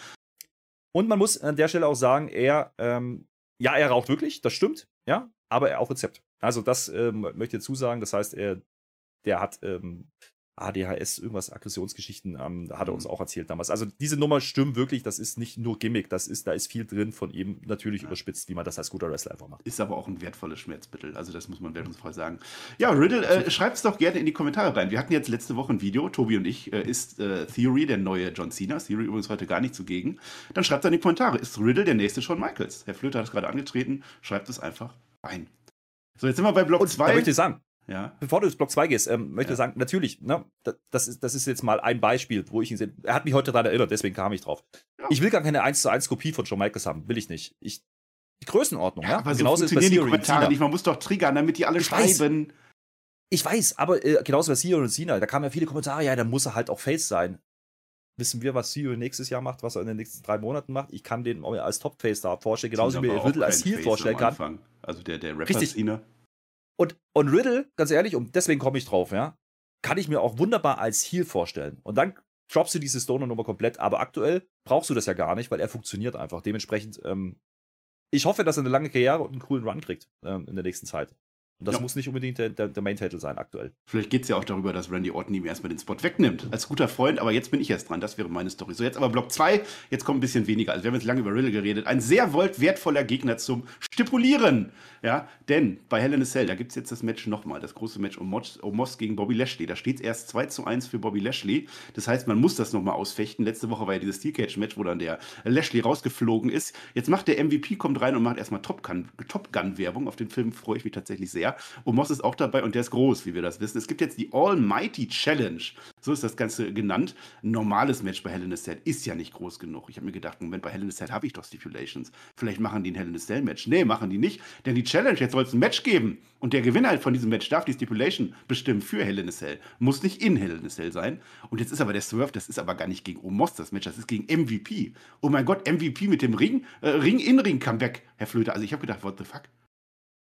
Und man muss an der Stelle auch sagen, er, ähm, ja, er raucht wirklich, das stimmt, ja, aber er auf Rezept. Also das ähm, möchte ich dazu sagen. Das heißt, er, der hat ähm, A D H S, irgendwas, Aggressionsgeschichten, ähm, hat er uns auch erzählt damals. Also diese Nummer stimmt wirklich, das ist nicht nur Gimmick, das ist, da ist viel drin von ihm, natürlich ja. überspitzt, wie man das als guter Wrestler einfach macht. Ist aber auch ein wertvolles Schmerzmittel, also das muss man wertungsfrei sagen. Ja, Riddle, äh, schreibt es doch gerne in die Kommentare rein. Wir hatten jetzt letzte Woche ein Video, Tobi und ich, äh, ist äh, Theory der neue John Cena, Theory übrigens heute gar nicht zugegen. Dann schreibt es in die Kommentare, ist Riddle der nächste Shawn Michaels? Herr Flöter hat es gerade angetreten, schreibt es einfach rein. So, jetzt sind wir bei Block zwei. Da möchte ich sagen, ja. Bevor du ins Block zwei gehst, ähm, möchte ich ja. sagen, natürlich, ne, das ist, das ist jetzt mal ein Beispiel, wo ich ihn sehe. Er hat mich heute daran erinnert, deswegen kam ich drauf. Ja. Ich will gar keine eins zu eins Kopie von Shawn Michaels haben, will ich nicht. Ich, die Größenordnung, ja. ja? Aber so genauso funktionieren ist bei die Kommentare nicht, man muss doch triggern, damit die alle ich schreiben. Weiß. Ich weiß, aber äh, genauso bei Theory und Cena, da kamen ja viele Kommentare, ja, dann muss er halt auch Face sein. Wissen wir, was Theory nächstes Jahr macht, was er in den nächsten drei Monaten macht? Ich kann den als Top-Face da vorstellen, genauso wie Riddle als Heel vorstellen kann. Also der, der Rapper Cena. Und, und Riddle, ganz ehrlich, und deswegen komme ich drauf, ja, kann ich mir auch wunderbar als Heel vorstellen. Und dann droppst du diese Stoner-Nummer komplett, aber aktuell brauchst du das ja gar nicht, weil er funktioniert einfach. Dementsprechend, ähm, ich hoffe, dass er eine lange Karriere und einen coolen Run kriegt ähm, in der nächsten Zeit. Und das ja. muss nicht unbedingt der, der, der Main-Title sein aktuell. Vielleicht geht es ja auch darüber, dass Randy Orton ihm erstmal den Spot wegnimmt. Als guter Freund, aber jetzt bin ich erst dran. Das wäre meine Story. So, jetzt aber Block zwei. Jetzt kommt ein bisschen weniger. Also wir haben jetzt lange über Riddle geredet. Ein sehr wertvoller Gegner zum Stipulieren. Ja, denn bei Hell in a Cell, da gibt es jetzt das Match nochmal. Das große Match Omos, Omos gegen Bobby Lashley. Da steht es erst zwei zu eins für Bobby Lashley. Das heißt, man muss das nochmal ausfechten. Letzte Woche war ja dieses Steel Cage Match, wo dann der Lashley rausgeflogen ist. Jetzt macht der M V P, kommt rein und macht erstmal Top Gun, Top Gun Werbung. Auf den Film freue ich mich tatsächlich sehr. Omos ist auch dabei und der ist groß, wie wir das wissen. Es gibt jetzt die Almighty Challenge. So ist das Ganze genannt. Ein normales Match bei Hell in a Cell ist ja nicht groß genug. Ich habe mir gedacht, Moment, bei Hell in a Cell habe ich doch Stipulations. Vielleicht machen die ein Hell in a Cell Match. Nee, machen die nicht. Denn die Challenge, jetzt soll es ein Match geben. Und der Gewinner von diesem Match darf die Stipulation bestimmen für Hell in a Cell. Muss nicht in Hell in a Cell sein. Und jetzt ist aber der Swerve, das ist aber gar nicht gegen Omos das Match, das ist gegen M V P. Oh mein Gott, M V P mit dem Ring, äh, Ring-in-Ring-Comeback, Herr Flöter. Also ich habe gedacht, what the fuck?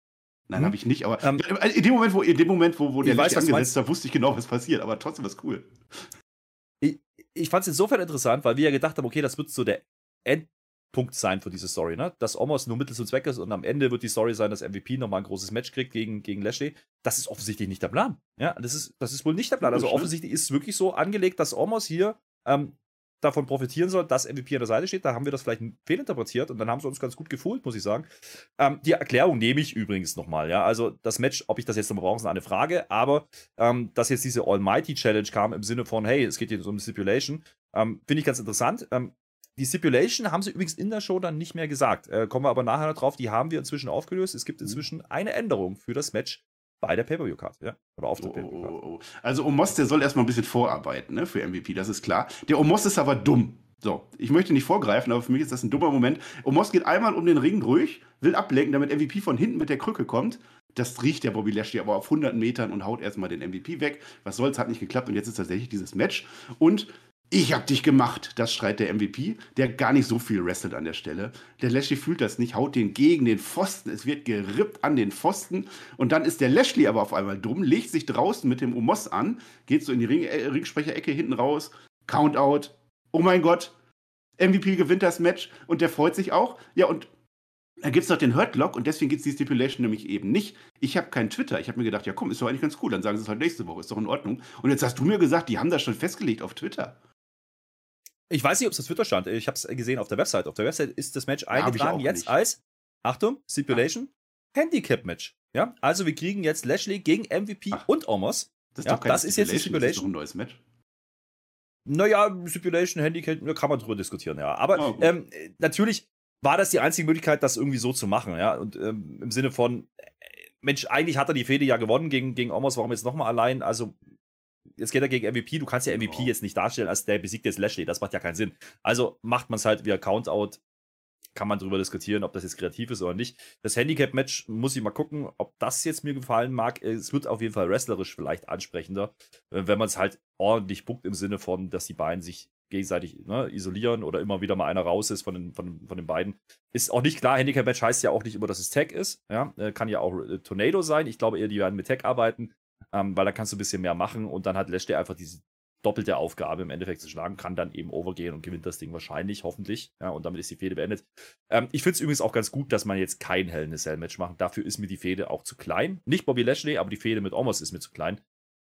Nein, Hm? habe ich nicht, aber Ähm, in dem Moment, wo, in dem Moment, wo, wo der Ich weiß, Lashley was du angesetzt meinst. hat, wusste ich genau, was passiert, aber trotzdem war es cool. Ich, ich fand es insofern interessant, weil wir ja gedacht haben, okay, das wird so der Endpunkt sein für diese Story, ne? Dass Omos nur Mittel zum Zweck ist und am Ende wird die Story sein, dass M V P nochmal ein großes Match kriegt gegen, gegen Lashley. Das ist offensichtlich nicht der Plan. Ja, das ist, das ist wohl nicht der Plan. Also Logisch, ne? offensichtlich ist es wirklich so angelegt, dass Omos hier ähm, davon profitieren soll, dass M V P an der Seite steht. Da haben wir das vielleicht fehlinterpretiert und dann haben sie uns ganz gut gefühlt, muss ich sagen. Ähm, die Erklärung nehme ich übrigens nochmal, ja. Also das Match, ob ich das jetzt nochmal brauche, ist eine Frage, aber ähm, dass jetzt diese Almighty Challenge kam im Sinne von, hey, es geht jetzt um eine Stipulation, ähm, finde ich ganz interessant. Ähm, die Stipulation haben sie übrigens in der Show dann nicht mehr gesagt. Äh, kommen wir aber nachher noch drauf, die haben wir inzwischen aufgelöst. Es gibt inzwischen eine Änderung für das Match bei der Pay-Per-View-Card, ja. Oder auf der Oh, Pay-Per-View-Card. oh, oh. Also Omos, der soll erstmal ein bisschen vorarbeiten, ne, für M V P, das ist klar. Der Omos ist aber dumm. So, ich möchte nicht vorgreifen, aber für mich ist das ein dummer Moment. Omos geht einmal um den Ring durch, will ablenken, damit M V P von hinten mit der Krücke kommt. Das riecht der Bobby Lashley aber auf hundert Metern und haut erstmal den M V P weg. Was soll's, hat nicht geklappt und jetzt ist tatsächlich dieses Match. Und ich hab dich gemacht, das schreit der M V P, der gar nicht so viel wrestelt an der Stelle. Der Lashley fühlt das nicht, haut den gegen den Pfosten, es wird gerippt an den Pfosten und dann ist der Lashley aber auf einmal dumm, legt sich draußen mit dem Omos an, geht so in die Ring äh, Ringsprecherecke hinten raus, Countout, oh mein Gott, M V P gewinnt das Match und der freut sich auch. Ja, und dann gibt es noch den Hurtlock und deswegen gibt es die Stipulation nämlich eben nicht. Ich habe kein Twitter. Ich habe mir gedacht, ja komm, ist doch eigentlich ganz cool. Dann sagen sie es halt nächste Woche, ist doch in Ordnung. Und jetzt hast du mir gesagt, die haben das schon festgelegt auf Twitter. Ich weiß nicht, ob es auf Twitter stand. Ich habe es gesehen auf der Website. Auf der Website ist das Match hab ich eingetragen auch jetzt nicht. als, Achtung, Stipulation, Handicap-Match. Ja, also wir kriegen jetzt Lashley gegen M V P Ach. und Omos. Das ist Ja, doch keine das ist jetzt die Stipulation, das ist doch Stipulation. ein neues Match. Naja, Stipulation, Handicap, da kann man drüber diskutieren, ja. Aber Ah, gut. ähm, natürlich war das die einzige Möglichkeit, das irgendwie so zu machen, ja. Und ähm, im Sinne von, äh, Mensch, eigentlich hat er die Fehde ja gewonnen gegen, gegen Omos, warum jetzt nochmal allein? Also, jetzt geht er gegen M V P, du kannst ja M V P Genau. jetzt nicht darstellen, als der besiegt jetzt Lashley, das macht ja keinen Sinn. Also macht man es halt via Countout, kann man drüber diskutieren, ob das jetzt kreativ ist oder nicht. Das Handicap-Match muss ich mal gucken, ob das jetzt mir gefallen mag. Es wird auf jeden Fall wrestlerisch vielleicht ansprechender, wenn man es halt ordentlich bookt im Sinne von, dass die beiden sich gegenseitig ne, isolieren oder immer wieder mal einer raus ist von den, von, von den beiden. Ist auch nicht klar, Handicap-Match heißt ja auch nicht immer, dass es Tag ist. Ja? Kann ja auch äh, Tornado sein. Ich glaube eher, die werden mit Tag arbeiten, ähm, weil da kannst du ein bisschen mehr machen und dann hat Lashley einfach diese doppelte Aufgabe im Endeffekt zu schlagen, kann dann eben overgehen und gewinnt das Ding wahrscheinlich, hoffentlich. Ja, und damit ist die Fehde beendet. Ähm, ich finde es übrigens auch ganz gut, dass man jetzt kein Hell in a Cell Match macht. Dafür ist mir die Fehde auch zu klein. Nicht Bobby Lashley, aber die Fehde mit Omos ist mir zu klein.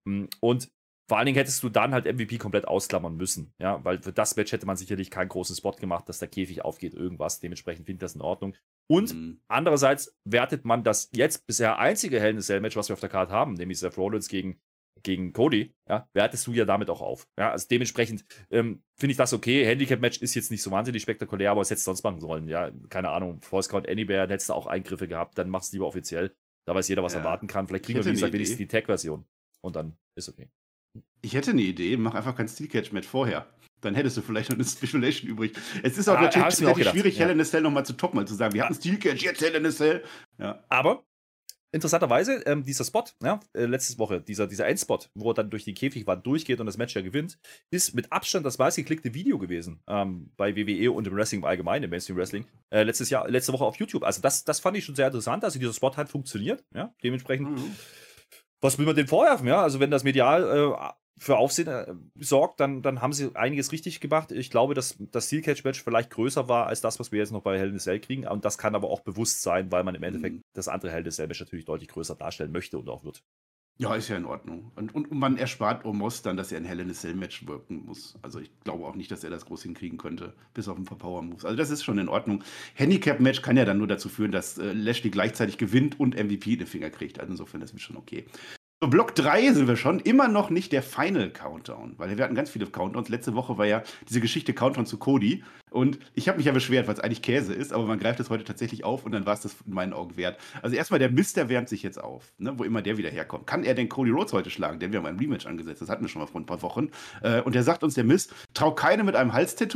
Und vor allen Dingen hättest du dann halt M V P komplett ausklammern müssen. Ja, weil für das Match hätte man sicherlich keinen großen Spot gemacht, dass der Käfig aufgeht, irgendwas. Dementsprechend finde ich das in Ordnung. Und Mhm. andererseits wertet man das jetzt bisher einzige Hell in a Cell Match, was wir auf der Karte haben, nämlich Seth Rollins gegen gegen Cody, ja, wertest du ja damit auch auf. Ja, also dementsprechend ähm, finde ich das okay. Handicap-Match ist jetzt nicht so wahnsinnig spektakulär, aber es hättest du sonst machen sollen. Ja, keine Ahnung, False Count Anywhere, dann hättest du auch Eingriffe gehabt, dann machst du lieber offiziell. Da weiß jeder, was Ja. erwarten kann. Vielleicht Ich kriegen wir, hätte wie gesagt, eine wenigstens die Tag-Version. Und dann ist okay. Ich hätte eine Idee, mach einfach kein Steel-Catch-Match vorher. Dann hättest du vielleicht noch eine Stipulation übrig. Es ist auch Ah, natürlich hab's mir auch gedacht, schwierig, ja. Hell in a Cell nochmal zu toppen, mal zu sagen, wir hatten Steel-Catch, jetzt Hell in a Cell. Ja. Aber interessanterweise, ähm, dieser Spot, ja, äh, letzte Woche, dieser, dieser Endspot, wo er dann durch die Käfigwand durchgeht und das Match ja gewinnt, ist mit Abstand das meistgeklickte Video gewesen ähm, bei W W E und im Wrestling im Allgemeinen, im Mainstream Wrestling, äh, letztes Jahr, letzte Woche auf YouTube. Also das, das fand ich schon sehr interessant, also dieser Spot hat funktioniert, ja, dementsprechend, Mhm. was will man denn vorwerfen, ja, also wenn das medial äh, für Aufsehen äh, sorgt, dann, dann haben sie einiges richtig gemacht. Ich glaube, dass das Steel Cage Match vielleicht größer war als das, was wir jetzt noch bei Hell in a Cell kriegen. Und das kann aber auch bewusst sein, weil man im Endeffekt Mhm. das andere Hell in a Cell Match natürlich deutlich größer darstellen möchte und auch wird. Ja, ist ja in Ordnung. Und, und, und man erspart Omos dann, dass er ein Hell in a Cell Match wirken muss. Also ich glaube auch nicht, dass er das groß hinkriegen könnte, bis auf ein paar Power Moves. Also das ist schon in Ordnung. Handicap Match kann ja dann nur dazu führen, dass äh, Lashley gleichzeitig gewinnt und M V P den Finger kriegt. Also insofern ist es schon okay. So, Block drei sind wir schon, immer noch nicht der Final Countdown, weil wir hatten ganz viele Countdowns. Letzte Woche war ja diese Geschichte Countdown zu Cody und ich habe mich ja beschwert, weil es eigentlich Käse ist, aber man greift es heute tatsächlich auf und dann war es das in meinen Augen wert. Also erstmal, der Mister wärmt sich jetzt auf, ne, wo immer der wieder herkommt. Kann er denn Cody Rhodes heute schlagen? Denn wir haben ein Rematch angesetzt, das hatten wir schon mal vor ein paar Wochen. Äh, und der sagt uns, der Mist, trau keine mit einem Halstattoo.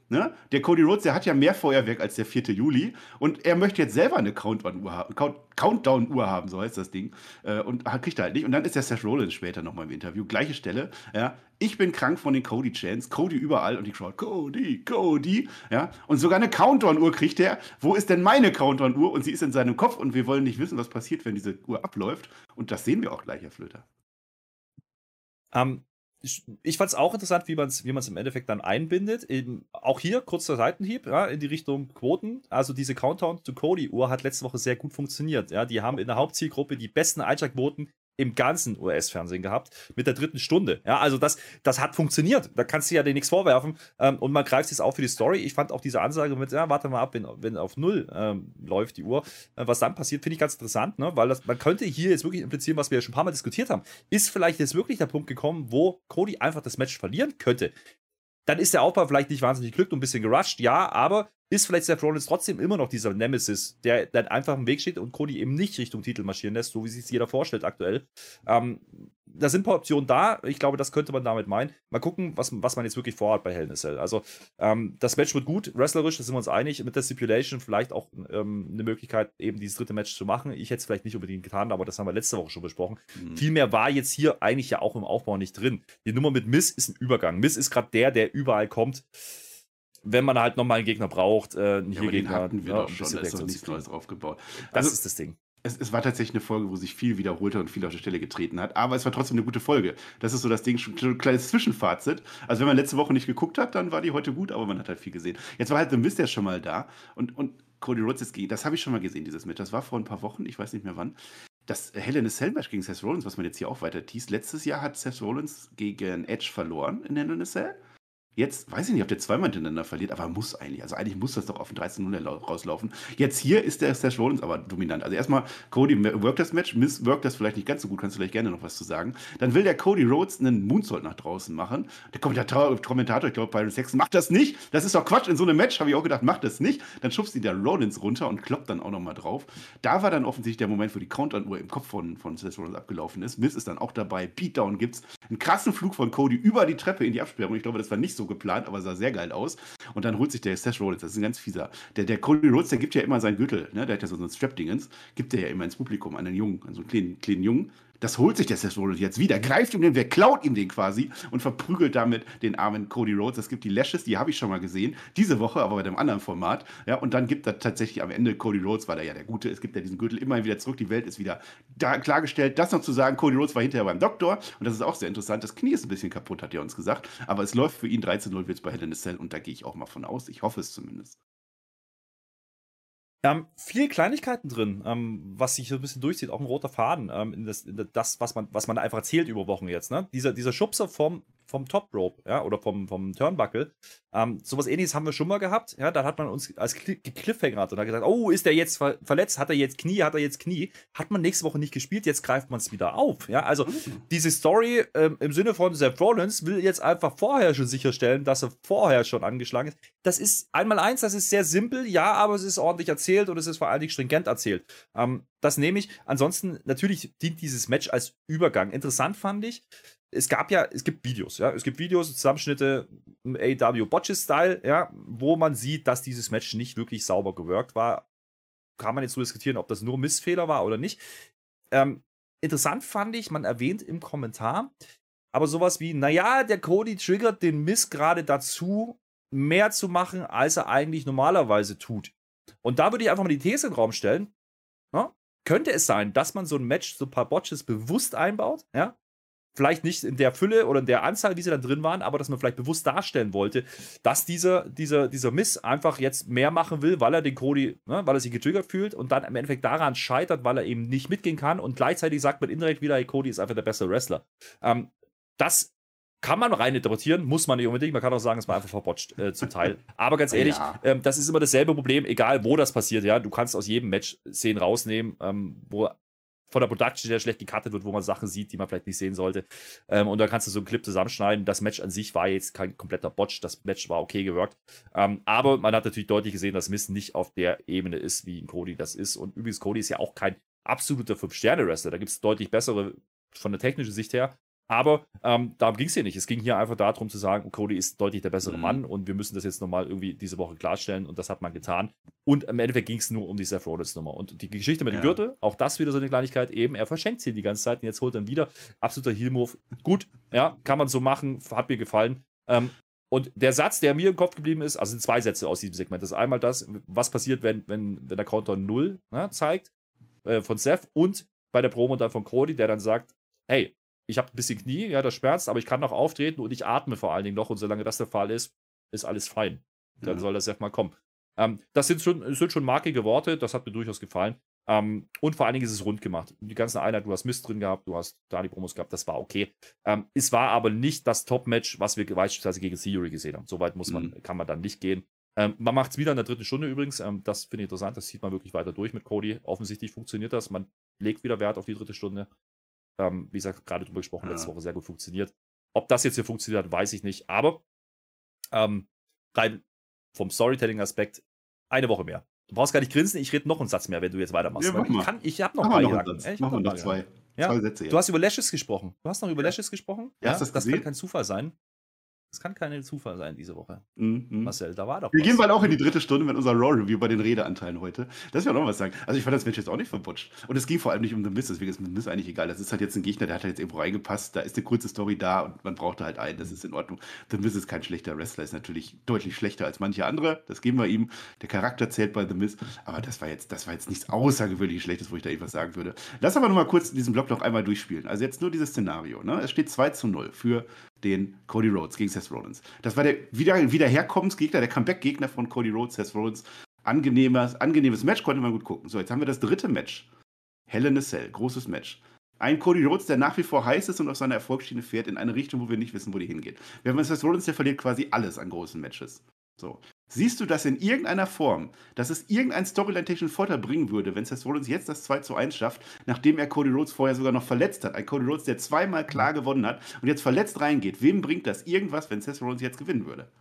Ne? Der Cody Rhodes, der hat ja mehr Feuerwerk als der vierte Juli und er möchte jetzt selber eine Countdown-Uhr haben, Count Countdown-Uhr haben, so heißt das Ding. Äh, und kriegt er halt nicht. Und dann ist der Seth Rollins später nochmal im Interview, gleiche Stelle. Ja? Ich bin krank von den Cody-Chants, Cody überall und die Crowd, Cody, Cody. Ja? Und sogar eine Countdown-Uhr kriegt er. Wo ist denn meine Countdown-Uhr? Und sie ist in seinem Kopf und wir wollen nicht wissen, was passiert, wenn diese Uhr abläuft. Und das sehen wir auch gleich, Herr Flöter. Ähm, ich ich fand es auch interessant, wie man es wie man's im Endeffekt dann einbindet. Eben, auch hier kurzer Seitenhieb, ja, in die Richtung Quoten. Also diese Countdown to Cody-Uhr hat letzte Woche sehr gut funktioniert. Ja. Die haben in der Hauptzielgruppe die besten Einschaltquoten im ganzen U S-Fernsehen gehabt, mit der dritten Stunde. Ja, also das, das hat funktioniert. Da kannst du ja dir nichts vorwerfen. Ähm, und man greift es auch für die Story. Ich fand auch diese Ansage mit, ja, warte mal ab, wenn, wenn auf Null ähm, läuft die Uhr, äh, was dann passiert, finde ich ganz interessant, ne? Weil das, man könnte hier jetzt wirklich implizieren, was wir ja schon ein paar Mal diskutiert haben. Ist vielleicht jetzt wirklich der Punkt gekommen, wo Cody einfach das Match verlieren könnte? Dann ist der Aufbau vielleicht nicht wahnsinnig glückt und ein bisschen gerusht, ja, aber ist vielleicht Seth Rollins trotzdem immer noch dieser Nemesis, der dann einfach im Weg steht und Cody eben nicht Richtung Titel marschieren lässt, so wie sich jeder vorstellt aktuell. Ähm, da sind ein paar Optionen da. Ich glaube, das könnte man damit meinen. Mal gucken, was, was man jetzt wirklich vorhat bei Hell in a Cell. Also, ähm, das Match wird gut, wrestlerisch, da sind wir uns einig. Mit der Stipulation vielleicht auch ähm, eine Möglichkeit, eben dieses dritte Match zu machen. Ich hätte es vielleicht nicht unbedingt getan, aber das haben wir letzte Woche schon besprochen. Mhm. Viel mehr war jetzt hier eigentlich ja auch im Aufbau nicht drin. Die Nummer mit Miz ist ein Übergang. Miz ist gerade der, der überall kommt. Wenn man halt nochmal einen Gegner braucht, äh, einen ja, Hier-Gegner. hatten wir ja, doch schon, da ist doch nichts Neues aufgebaut. Das also, ist das Ding. Es, es war tatsächlich eine Folge, wo sich viel wiederholt hat und viel auf der Stelle getreten hat, aber es war trotzdem eine gute Folge. Das ist so das Ding, schon ein kleines Zwischenfazit. Also wenn man letzte Woche nicht geguckt hat, dann war die heute gut, aber man hat halt viel gesehen. Jetzt war halt The Miz ja schon mal da und, und Cody Rhodes ist gegen, das habe ich schon mal gesehen, dieses Match. Das war vor ein paar Wochen, ich weiß nicht mehr wann. Das Hell in a Cell Match gegen Seth Rollins, was man jetzt hier auch weiter teast. Letztes Jahr hat Seth Rollins gegen Edge verloren in Hell in a Cell. Jetzt weiß ich nicht, ob der zweimal hintereinander verliert, aber er muss eigentlich. Also eigentlich muss das doch auf ein dreizehn null rauslaufen. Jetzt hier ist der Seth Rollins aber dominant. Also erstmal, Cody workt das Match, Miz workt das vielleicht nicht ganz so gut, kannst du vielleicht gerne noch was zu sagen. Dann will der Cody Rhodes einen Moonsault nach draußen machen. Der Kommentator, ich glaube, Byron Saxton, macht das nicht. Das ist doch Quatsch. In so einem Match habe ich auch gedacht, macht das nicht. Dann schubst ihn der Rollins runter und kloppt dann auch nochmal drauf. Da war dann offensichtlich der Moment, wo die Countdown-Uhr im Kopf von, von Seth Rollins abgelaufen ist. Miz ist dann auch dabei. Beatdown gibt's. Einen krassen Flug von Cody über die Treppe in die Absperrung. Ich glaube, das war nicht so geplant, aber sah sehr geil aus. Und dann holt sich der Seth Rollins, das ist ein ganz fieser. Der, der Cody Rhodes, der gibt ja immer seinen Gürtel, ne? Der hat ja so, so ein Strap-Dingens, gibt der ja immer ins Publikum, an einen Jungen, an so einen kleinen, kleinen Jungen. Das holt sich der Seth Rollins jetzt wieder, greift ihm den, wer klaut ihm den quasi und verprügelt damit den armen Cody Rhodes. Es gibt die Lashes, die habe ich schon mal gesehen, diese Woche, aber bei einem anderen Format. Ja, und dann gibt er tatsächlich am Ende Cody Rhodes, weil er ja der Gute ist, gibt er diesen Gürtel immer wieder zurück. Die Welt ist wieder da klargestellt. Das noch zu sagen, Cody Rhodes war hinterher beim Doktor und das ist auch sehr interessant. Das Knie ist ein bisschen kaputt, hat er uns gesagt, aber es läuft für ihn dreizehn null, wird es bei Hell in a Cell und da gehe ich auch mal von aus. Ich hoffe es zumindest. Ähm, viel Kleinigkeiten drin, ähm, was sich so ein bisschen durchzieht, auch ein roter Faden, ähm, in das, in das was man, was man einfach erzählt über Wochen jetzt, ne? Dieser, dieser Schubser vom, vom Top Rope, ja, oder vom, vom Turnbuckle, ähm, sowas ähnliches haben wir schon mal gehabt, ja, da hat man uns als Cliffhanger und hat gesagt, oh, ist der jetzt ver verletzt, hat er jetzt Knie, hat er jetzt Knie, hat man nächste Woche nicht gespielt, jetzt greift man es wieder auf, ja, also mhm. diese Story ähm, im Sinne von Seth Rollins will jetzt einfach vorher schon sicherstellen, dass er vorher schon angeschlagen ist, das ist einmal eins, das ist sehr simpel, ja, aber es ist ordentlich erzählt und es ist vor allem stringent erzählt. Ähm, das nehme ich. Ansonsten, natürlich dient dieses Match als Übergang. Interessant fand ich, es gab ja, es gibt Videos, ja, es gibt Videos, Zusammenschnitte im A E W Botches-Style, ja, wo man sieht, dass dieses Match nicht wirklich sauber gewirkt war. Kann man jetzt so diskutieren, ob das nur Missfehler war oder nicht. Ähm, interessant fand ich, man erwähnt im Kommentar, aber sowas wie, naja, der Cody triggert den Miz gerade dazu, mehr zu machen, als er eigentlich normalerweise tut. Und da würde ich einfach mal die These in den Raum stellen, ja, könnte es sein, dass man so ein Match, so ein paar Botches bewusst einbaut, ja, vielleicht nicht in der Fülle oder in der Anzahl, wie sie dann drin waren, aber dass man vielleicht bewusst darstellen wollte, dass dieser, dieser, dieser Miss einfach jetzt mehr machen will, weil er den Cody, ne, weil er sich getriggert fühlt und dann im Endeffekt daran scheitert, weil er eben nicht mitgehen kann und gleichzeitig sagt man indirekt wieder, hey, Cody ist einfach der bessere Wrestler. Ähm, das kann man rein interpretieren, muss man nicht unbedingt. Man kann auch sagen, es war einfach verbotscht äh, zum Teil. Aber ganz ehrlich, ja. ähm, das ist immer dasselbe Problem, egal wo das passiert. Ja, du kannst aus jedem Match Szenen rausnehmen, ähm, wo von der Production sehr schlecht gecuttet wird, wo man Sachen sieht, die man vielleicht nicht sehen sollte. Ähm, und dann kannst du so einen Clip zusammenschneiden. Das Match an sich war jetzt kein kompletter Botch. Das Match war okay gewirkt. Ähm, aber man hat natürlich deutlich gesehen, dass Miz nicht auf der Ebene ist, wie ein Cody das ist. Und übrigens, Cody ist ja auch kein absoluter fünf Sterne Wrestler. Da gibt es deutlich bessere von der technischen Sicht her. Aber ähm, darum ging es hier nicht. Es ging hier einfach darum zu sagen, Cody ist deutlich der bessere Mhm. Mann und wir müssen das jetzt nochmal irgendwie diese Woche klarstellen und das hat man getan. Und im Endeffekt ging es nur um die Seth Rollins-Nummer. Und die Geschichte mit dem Ja. Gürtel, auch das wieder so eine Kleinigkeit, eben, er verschenkt sie die ganze Zeit und jetzt holt er ihn wieder. Absoluter Heel-Move. Gut, ja, kann man so machen, hat mir gefallen. Ähm, und der Satz, der mir im Kopf geblieben ist, also sind zwei Sätze aus diesem Segment. Das ist einmal das, was passiert, wenn, wenn, wenn der Counter null ne, zeigt äh, von Seth und bei der Promo dann von Cody, der dann sagt, hey, ich habe ein bisschen Knie, ja, das schmerzt, aber ich kann noch auftreten und ich atme vor allen Dingen noch und solange das der Fall ist, ist alles fein. Dann Ja. soll das Seth mal kommen. Ähm, das sind schon, sind schon markige Worte, das hat mir durchaus gefallen. Ähm, und vor allen Dingen ist es rund gemacht. Die ganze Einheit, du hast Mist drin gehabt, du hast da die Promos gehabt, das war okay. Ähm, es war aber nicht das Top-Match, was wir beispielsweise gegen Theory gesehen haben. Soweit muss man, Mhm. kann man dann nicht gehen. Ähm, man macht es wieder in der dritten Stunde übrigens. Ähm, das finde ich interessant, das sieht man wirklich weiter durch mit Cody. Offensichtlich funktioniert das. Man legt wieder Wert auf die dritte Stunde. Ähm, wie gesagt, gerade drüber gesprochen, Ja. letzte Woche sehr gut funktioniert. Ob das jetzt hier funktioniert hat, weiß ich nicht. Aber ähm, rein vom Storytelling-Aspekt eine Woche mehr. Du brauchst gar nicht grinsen, ich rede noch einen Satz mehr, wenn du jetzt weitermachst. Ja, weil mach ich mal. kann, ich habe noch Machen ein wir paar noch einen Gedanken. Satz. Ich Machen hab wir noch noch ein paar zwei. Gedanken. Ja? Zwei Sätze jetzt. Du hast über Lashes gesprochen. Du hast noch über Lashes gesprochen? Ja, hast du das das gesehen? kann kein Zufall sein. Das kann kein Zufall sein diese Woche. Mhm. Marcel, da war doch Wir was. gehen bald auch in die dritte Stunde mit unserer Raw-Review bei den Redeanteilen heute. Das will ich auch noch was sagen. Also ich fand das Match jetzt auch nicht verbutscht. Und es ging vor allem nicht um The Miz, deswegen ist The Miz eigentlich egal. Das ist halt jetzt ein Gegner, der hat halt jetzt irgendwo reingepasst. Da ist eine kurze Story da und man braucht da halt einen. Das ist in Ordnung. The Miz ist kein schlechter Wrestler, ist natürlich deutlich schlechter als manche andere. Das geben wir ihm. Der Charakter zählt bei The Miz. Aber das war jetzt, das war jetzt nichts außergewöhnlich Schlechtes, wo ich da irgendwas sagen würde. Lass aber noch mal kurz diesen Block noch einmal durchspielen. Also jetzt nur dieses Szenario. Ne? Es steht zwei zu null für den Cody Rhodes gegen Seth Rollins. Das war der wieder, Wiederherkommensgegner, der Comeback-Gegner von Cody Rhodes, Seth Rollins. Angenehmes, angenehmes Match, konnte man gut gucken. So, jetzt haben wir das dritte Match. Hell in a Cell, großes Match. Ein Cody Rhodes, der nach wie vor heiß ist und auf seiner Erfolgsschiene fährt, in eine Richtung, wo wir nicht wissen, wo die hingeht. Wir haben Seth Rollins, der verliert quasi alles an großen Matches. So. Siehst du das in irgendeiner Form, dass es irgendeinen Storyline-technischen Vorteil bringen würde, wenn Seth Rollins jetzt das zwei zu eins schafft, nachdem er Cody Rhodes vorher sogar noch verletzt hat? Ein Cody Rhodes, der zweimal klar gewonnen hat und jetzt verletzt reingeht. Wem bringt das irgendwas, wenn Seth Rollins jetzt gewinnen würde?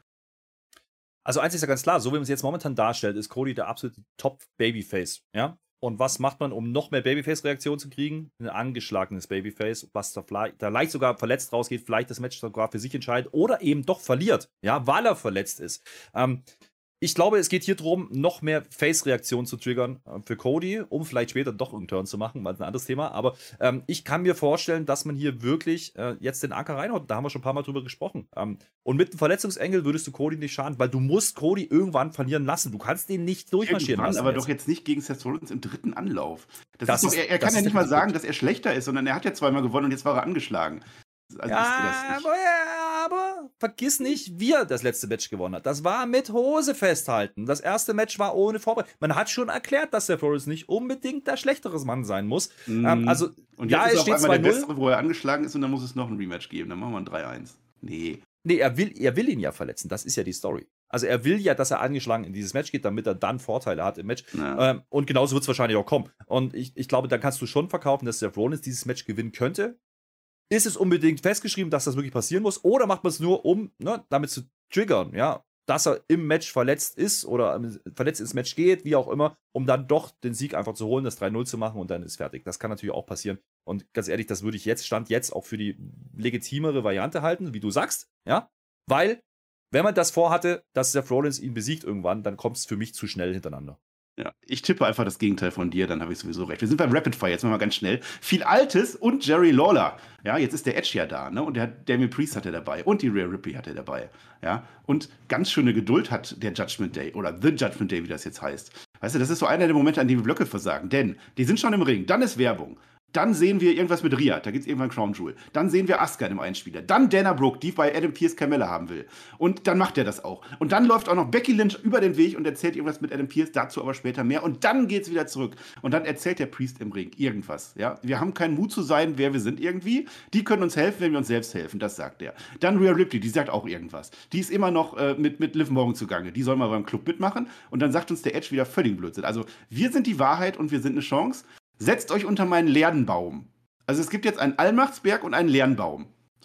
Also eins ist ja ganz klar, so wie man es jetzt momentan darstellt, ist Cody der absolute Top-Babyface. Ja? Und was macht man, um noch mehr Babyface-Reaktionen zu kriegen? Ein angeschlagenes Babyface, was da vielleicht, da leicht sogar verletzt rausgeht, vielleicht das Match sogar für sich entscheidet oder eben doch verliert, ja, weil er verletzt ist. Ähm, ich glaube, es geht hier darum, noch mehr Face-Reaktionen zu triggern äh, für Cody, um vielleicht später doch einen Turn zu machen, weil das ein anderes Thema. Aber ähm, ich kann mir vorstellen, dass man hier wirklich äh, jetzt den Anker reinhaut. Da haben wir schon ein paar Mal drüber gesprochen. Ähm, und mit einem Verletzungsengel würdest du Cody nicht schaden, weil du musst Cody irgendwann verlieren lassen. Du kannst den nicht durchmarschieren Irgendwann, lassen. aber jetzt. doch jetzt nicht gegen Seth Rollins im dritten Anlauf. Das Das ist doch, ist- er, er das kann ja ist nicht der mal sagen, Punkt. dass er schlechter ist, sondern er hat ja zweimal gewonnen und jetzt war er angeschlagen. Also Ja, das, aber, ja, aber vergiss nicht, wie er das letzte Match gewonnen hat. Das war mit Hose festhalten. Das erste Match war ohne Vorbereitung. Man hat schon erklärt, dass der Rollins nicht unbedingt der schlechteres Mann sein muss. Mhm. Ähm, also, und ja, jetzt es ist steht auf einmal zwei der null. Bessere, wo er angeschlagen ist und dann muss es noch ein Rematch geben. Dann machen wir ein drei eins. Nee. Nee, er will, er will ihn ja verletzen. Das ist ja die Story. Also er will ja, dass er angeschlagen in dieses Match geht, damit er dann Vorteile hat im Match. Ja. Ähm, und genauso wird es wahrscheinlich auch kommen. Und ich, ich glaube, da kannst du schon verkaufen, dass der Rollins dieses Match gewinnen könnte. Ist es unbedingt festgeschrieben, dass das wirklich passieren muss? Oder macht man es nur, um ne, damit zu triggern, ja, dass er im Match verletzt ist oder verletzt ins Match geht, wie auch immer, um dann doch den Sieg einfach zu holen, das drei null zu machen und dann ist fertig. Das kann natürlich auch passieren. Und ganz ehrlich, das würde ich jetzt, Stand jetzt, auch für die legitimere Variante halten, wie du sagst, ja, weil, wenn man das vorhatte, dass Seth Rollins ihn besiegt irgendwann, dann kommt es für mich zu schnell hintereinander. Ja, ich tippe einfach das Gegenteil von dir, dann habe ich sowieso recht. Wir sind beim Rapid Fire, jetzt machen wir ganz schnell. Viel Altes und Jerry Lawler. Ja, jetzt ist der Edge ja da, ne? Und der hat Damien Priest hat er dabei und die Rhea Ripley hat er dabei. Ja, und ganz schöne Geduld hat der Judgment Day oder The Judgment Day, wie das jetzt heißt. Weißt du, das ist so einer der Momente, an denen wir Blöcke versagen, denn die sind schon im Ring, dann ist Werbung. Dann sehen wir irgendwas mit Rhea, da gibt es irgendwann Crown Jewel. Dann sehen wir Asuka im Einspieler. Dann Dana Brooke, die bei Adam Pearce Carmella haben will. Und dann macht er das auch. Und dann läuft auch noch Becky Lynch über den Weg und erzählt irgendwas mit Adam Pearce, dazu aber später mehr. Und dann geht's wieder zurück. Und dann erzählt der Priest im Ring irgendwas. Ja? Wir haben keinen Mut zu sein, wer wir sind irgendwie. Die können uns helfen, wenn wir uns selbst helfen, das sagt er. Dann Rhea Ripley, die sagt auch irgendwas. Die ist immer noch äh, mit, mit Liv Morgan zugange. Die soll mal beim Club mitmachen. Und dann sagt uns der Edge wieder völlig Blödsinn. Also wir sind die Wahrheit und wir sind eine Chance. Setzt euch unter meinen Lernbaum. Also es gibt jetzt einen Allmachtsberg und einen Lernbaum. So.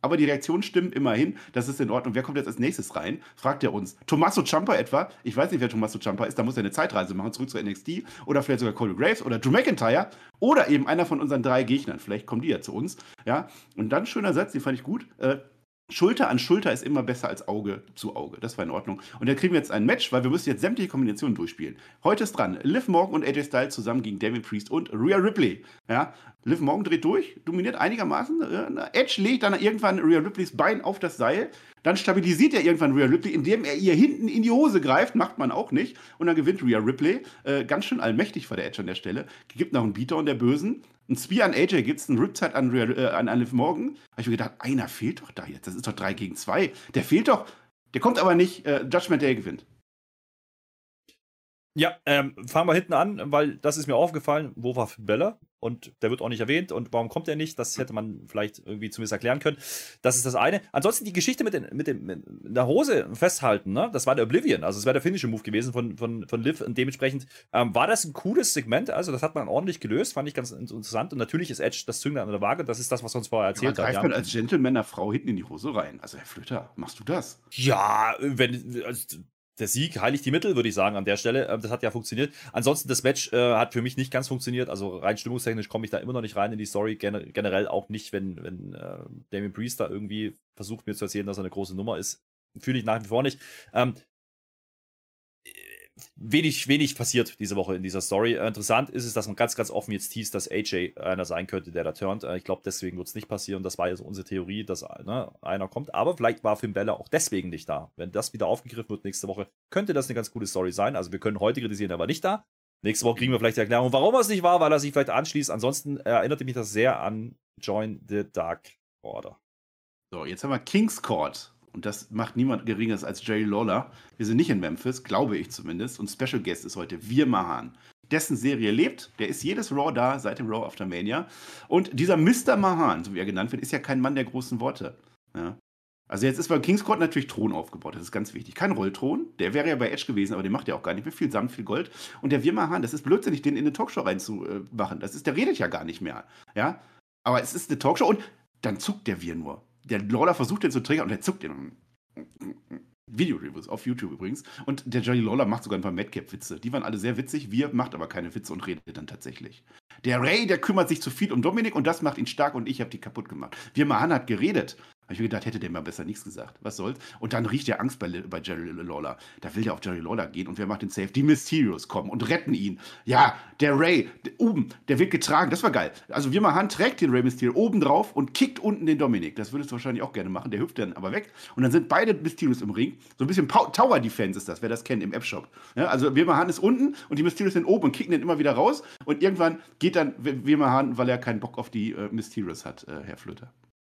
Aber die Reaktionen stimmen immerhin, das ist in Ordnung. Wer kommt jetzt als nächstes rein? Fragt er uns. Tommaso Ciampa etwa? Ich weiß nicht, wer Tommaso Ciampa ist, da muss er eine Zeitreise machen, zurück zu N X T oder vielleicht sogar Cody Graves oder Drew McIntyre oder eben einer von unseren drei Gegnern. Vielleicht kommen die ja zu uns. Ja? Und dann schöner Satz, den fand ich gut. Äh, Schulter an Schulter ist immer besser als Auge zu Auge. Das war in Ordnung. Und dann kriegen wir jetzt ein Match, weil wir müssen jetzt sämtliche Kombinationen durchspielen. Heute ist dran Liv Morgan und A J Styles zusammen gegen Damien Priest und Rhea Ripley. Ja, Liv Morgan dreht durch, dominiert einigermaßen. Edge legt dann irgendwann Rhea Ripleys Bein auf das Seil. Dann stabilisiert er irgendwann Rhea Ripley, indem er ihr hinten in die Hose greift. Macht man auch nicht. Und dann gewinnt Rhea Ripley. Äh, ganz schön allmächtig war der Edge an der Stelle. Gibt noch einen Beatdown der Bösen. Ein Spear an A J gibt es, einen Riptide an, äh, an, an Liv Morgan. Habe ich mir gedacht, einer fehlt doch da jetzt. Das ist doch drei gegen zwei. Der fehlt doch. Der kommt aber nicht. Äh, Judgment Day gewinnt. Ja, ähm, fangen wir hinten an, weil das ist mir aufgefallen. Wo war Finn Balor? Und der wird auch nicht erwähnt. Und warum kommt er nicht? Das hätte man vielleicht irgendwie zumindest erklären können. Das ist das eine. Ansonsten die Geschichte mit, den, mit, dem, mit der Hose festhalten, ne? Das war der Oblivion. Also es wäre der finnische Move gewesen von, von, von Liv. Und dementsprechend ähm, war das ein cooles Segment. Also das hat man ordentlich gelöst. Fand ich ganz interessant. Und natürlich ist Edge das Zünglein an der Waage. Das ist das, was wir uns vorher erzählt haben. Greift man als Gentleman einer Frau hinten in die Hose rein? Also Herr Flöter, machst du das? Ja, wenn... Also, der Sieg heiligt die Mittel, würde ich sagen, an der Stelle. Das hat ja funktioniert. Ansonsten, das Match äh, hat für mich nicht ganz funktioniert. Also rein stimmungstechnisch komme ich da immer noch nicht rein in die Story. Gen- generell auch nicht, wenn, wenn äh, Damien Priest da irgendwie versucht, mir zu erzählen, dass er eine große Nummer ist. Fühle ich nach wie vor nicht. Ähm, wenig, wenig passiert diese Woche in dieser Story. Äh, interessant ist es, dass man ganz, ganz offen jetzt teast, dass A J einer sein könnte, der da turnt. Äh, ich glaube, deswegen wird es nicht passieren. Das war jetzt unsere Theorie, dass ne, einer kommt. Aber vielleicht war Finn Balor auch deswegen nicht da. Wenn das wieder aufgegriffen wird nächste Woche, könnte das eine ganz coole Story sein. Also wir können heute kritisieren, er war nicht da. Nächste Woche kriegen wir vielleicht die Erklärung, warum er es nicht war, weil er sich vielleicht anschließt. Ansonsten erinnerte mich das sehr an Join the Dark Order. So, jetzt haben wir King's Court. Und das macht niemand Geringeres als Jerry Lawler. Wir sind nicht in Memphis, glaube ich zumindest. Und Special Guest ist heute Veer Mahaan. Dessen Serie lebt. Der ist jedes Raw da, seit dem Raw After Mania. Und dieser Mister Mahaan, so wie er genannt wird, ist ja kein Mann der großen Worte. Ja. Also jetzt ist bei King's Court natürlich Thron aufgebaut. Das ist ganz wichtig. Kein Rollthron. Der wäre ja bei Edge gewesen, aber den macht er auch gar nicht mehr. Viel Samt, viel Gold. Und der Veer Mahaan, das ist blödsinnig, den in eine Talkshow reinzumachen. Das ist, der redet ja gar nicht mehr. Ja. Aber es ist eine Talkshow und dann zuckt der Veer nur. Der Lawler versucht den zu triggern und der zuckt den. Video-Reviews auf YouTube übrigens. Und der Jerry Lawler macht sogar ein paar Madcap-Witze. Die waren alle sehr witzig. Wir macht aber keine Witze und redet dann tatsächlich. Der Ray, der kümmert sich zu viel um Dominik und das macht ihn stark und ich habe die kaputt gemacht. Veer Mahaan hat geredet. Habe ich mir gedacht, hätte der mal besser nichts gesagt. Was soll's? Und dann riecht der Angst bei, bei Jerry Lawler. Da will der auf Jerry Lawler gehen und wer macht den Safe? Die Mysterios kommen und retten ihn. Ja, der Ray, der, oben, der wird getragen. Das war geil. Also Veer Mahaan trägt den Ray Mysterio oben drauf und kickt unten den Dominik. Das würdest du wahrscheinlich auch gerne machen. Der hüpft dann aber weg. Und dann sind beide Mysterios im Ring. So ein bisschen Pow- Tower Defense ist das, wer das kennt im App-Shop. Ja, also Veer Mahaan ist unten und die Mysterios sind oben und kicken den immer wieder raus. Und irgendwann geht dann Veer Mahaan, weil er keinen Bock auf die äh, Mysterios hat, äh, Herr Flöter.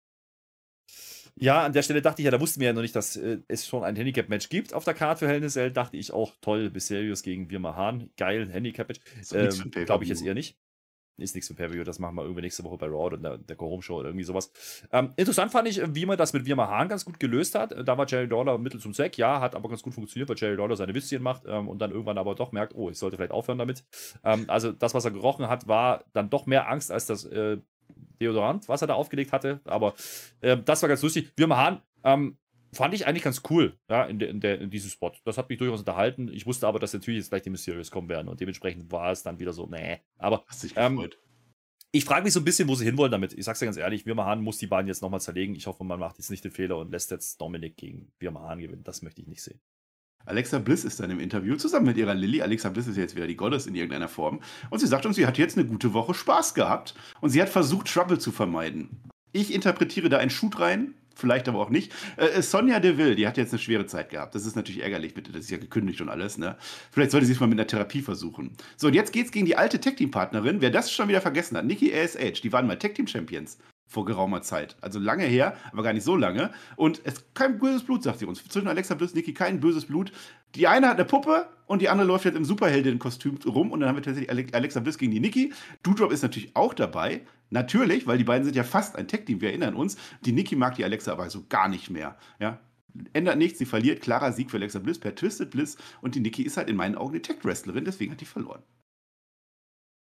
Ja, an der Stelle dachte ich ja, da wussten wir ja noch nicht, dass äh, es schon ein Handicap-Match gibt auf der Karte für Hell in a Cell. Dachte ich auch, toll, Mysterios gegen Veer Mahaan. Geil, Handicap-Match. Ähm, Glaube ich jetzt eher nicht. Ist nichts für Pay-Per-View, das machen wir irgendwie nächste Woche bei Raw oder der, der Go-Home-Show oder irgendwie sowas. Ähm, interessant fand ich, wie man das mit Veer Mahaan ganz gut gelöst hat. Da war Jerry Lawler Mittel zum Zweck, ja, hat aber ganz gut funktioniert, weil Jerry Lawler seine Witzchen macht ähm, und dann irgendwann aber doch merkt, oh, ich sollte vielleicht aufhören damit. Ähm, also das, was er gerochen hat, war dann doch mehr Angst als das äh, Deodorant, was er da aufgelegt hatte. Aber äh, das war ganz lustig. Veer Mahaan ähm, fand ich eigentlich ganz cool, ja, in, de, in, der, in diesem Spot. Das hat mich durchaus unterhalten. Ich wusste aber, dass natürlich jetzt gleich die Mysterios kommen werden und dementsprechend war es dann wieder so, nee. Aber ähm, ich frage mich so ein bisschen, wo sie hinwollen damit. Ich sag's dir ganz ehrlich, Veer Mahaan muss die beiden jetzt nochmal zerlegen. Ich hoffe, man macht jetzt nicht den Fehler und lässt jetzt Dominik gegen Veer Mahaan gewinnen. Das möchte ich nicht sehen. Alexa Bliss ist dann im Interview zusammen mit ihrer Lilly. Alexa Bliss ist jetzt wieder die Goddess in irgendeiner Form. Und sie sagt uns, sie hat jetzt eine gute Woche Spaß gehabt. Und sie hat versucht, Trouble zu vermeiden. Ich interpretiere da einen Shoot rein, vielleicht aber auch nicht. Äh, Sonja Deville, die hat jetzt eine schwere Zeit gehabt. Das ist natürlich ärgerlich, bitte. Das ist ja gekündigt und alles, ne? Vielleicht sollte sie es mal mit einer Therapie versuchen. So, und jetzt geht's gegen die alte Tag-Team-Partnerin. Wer das schon wieder vergessen hat, Nikki A S H, die waren mal Tag-Team-Champions. Vor geraumer Zeit. Also lange her, aber gar nicht so lange. Und es ist kein böses Blut, sagt sie uns. Zwischen Alexa Bliss und Nikki kein böses Blut. Die eine hat eine Puppe und die andere läuft jetzt im Superheldin-Kostüm rum. Und dann haben wir tatsächlich Alexa Bliss gegen die Nikki. Doudrop ist natürlich auch dabei. Natürlich, weil die beiden sind ja fast ein Tag-Team, wir erinnern uns. Die Nikki mag die Alexa aber so gar nicht mehr. Ja? Ändert nichts, sie verliert. Klarer Sieg für Alexa Bliss per Twisted Bliss. Und die Nikki ist halt in meinen Augen eine Tag-Wrestlerin, deswegen hat die verloren.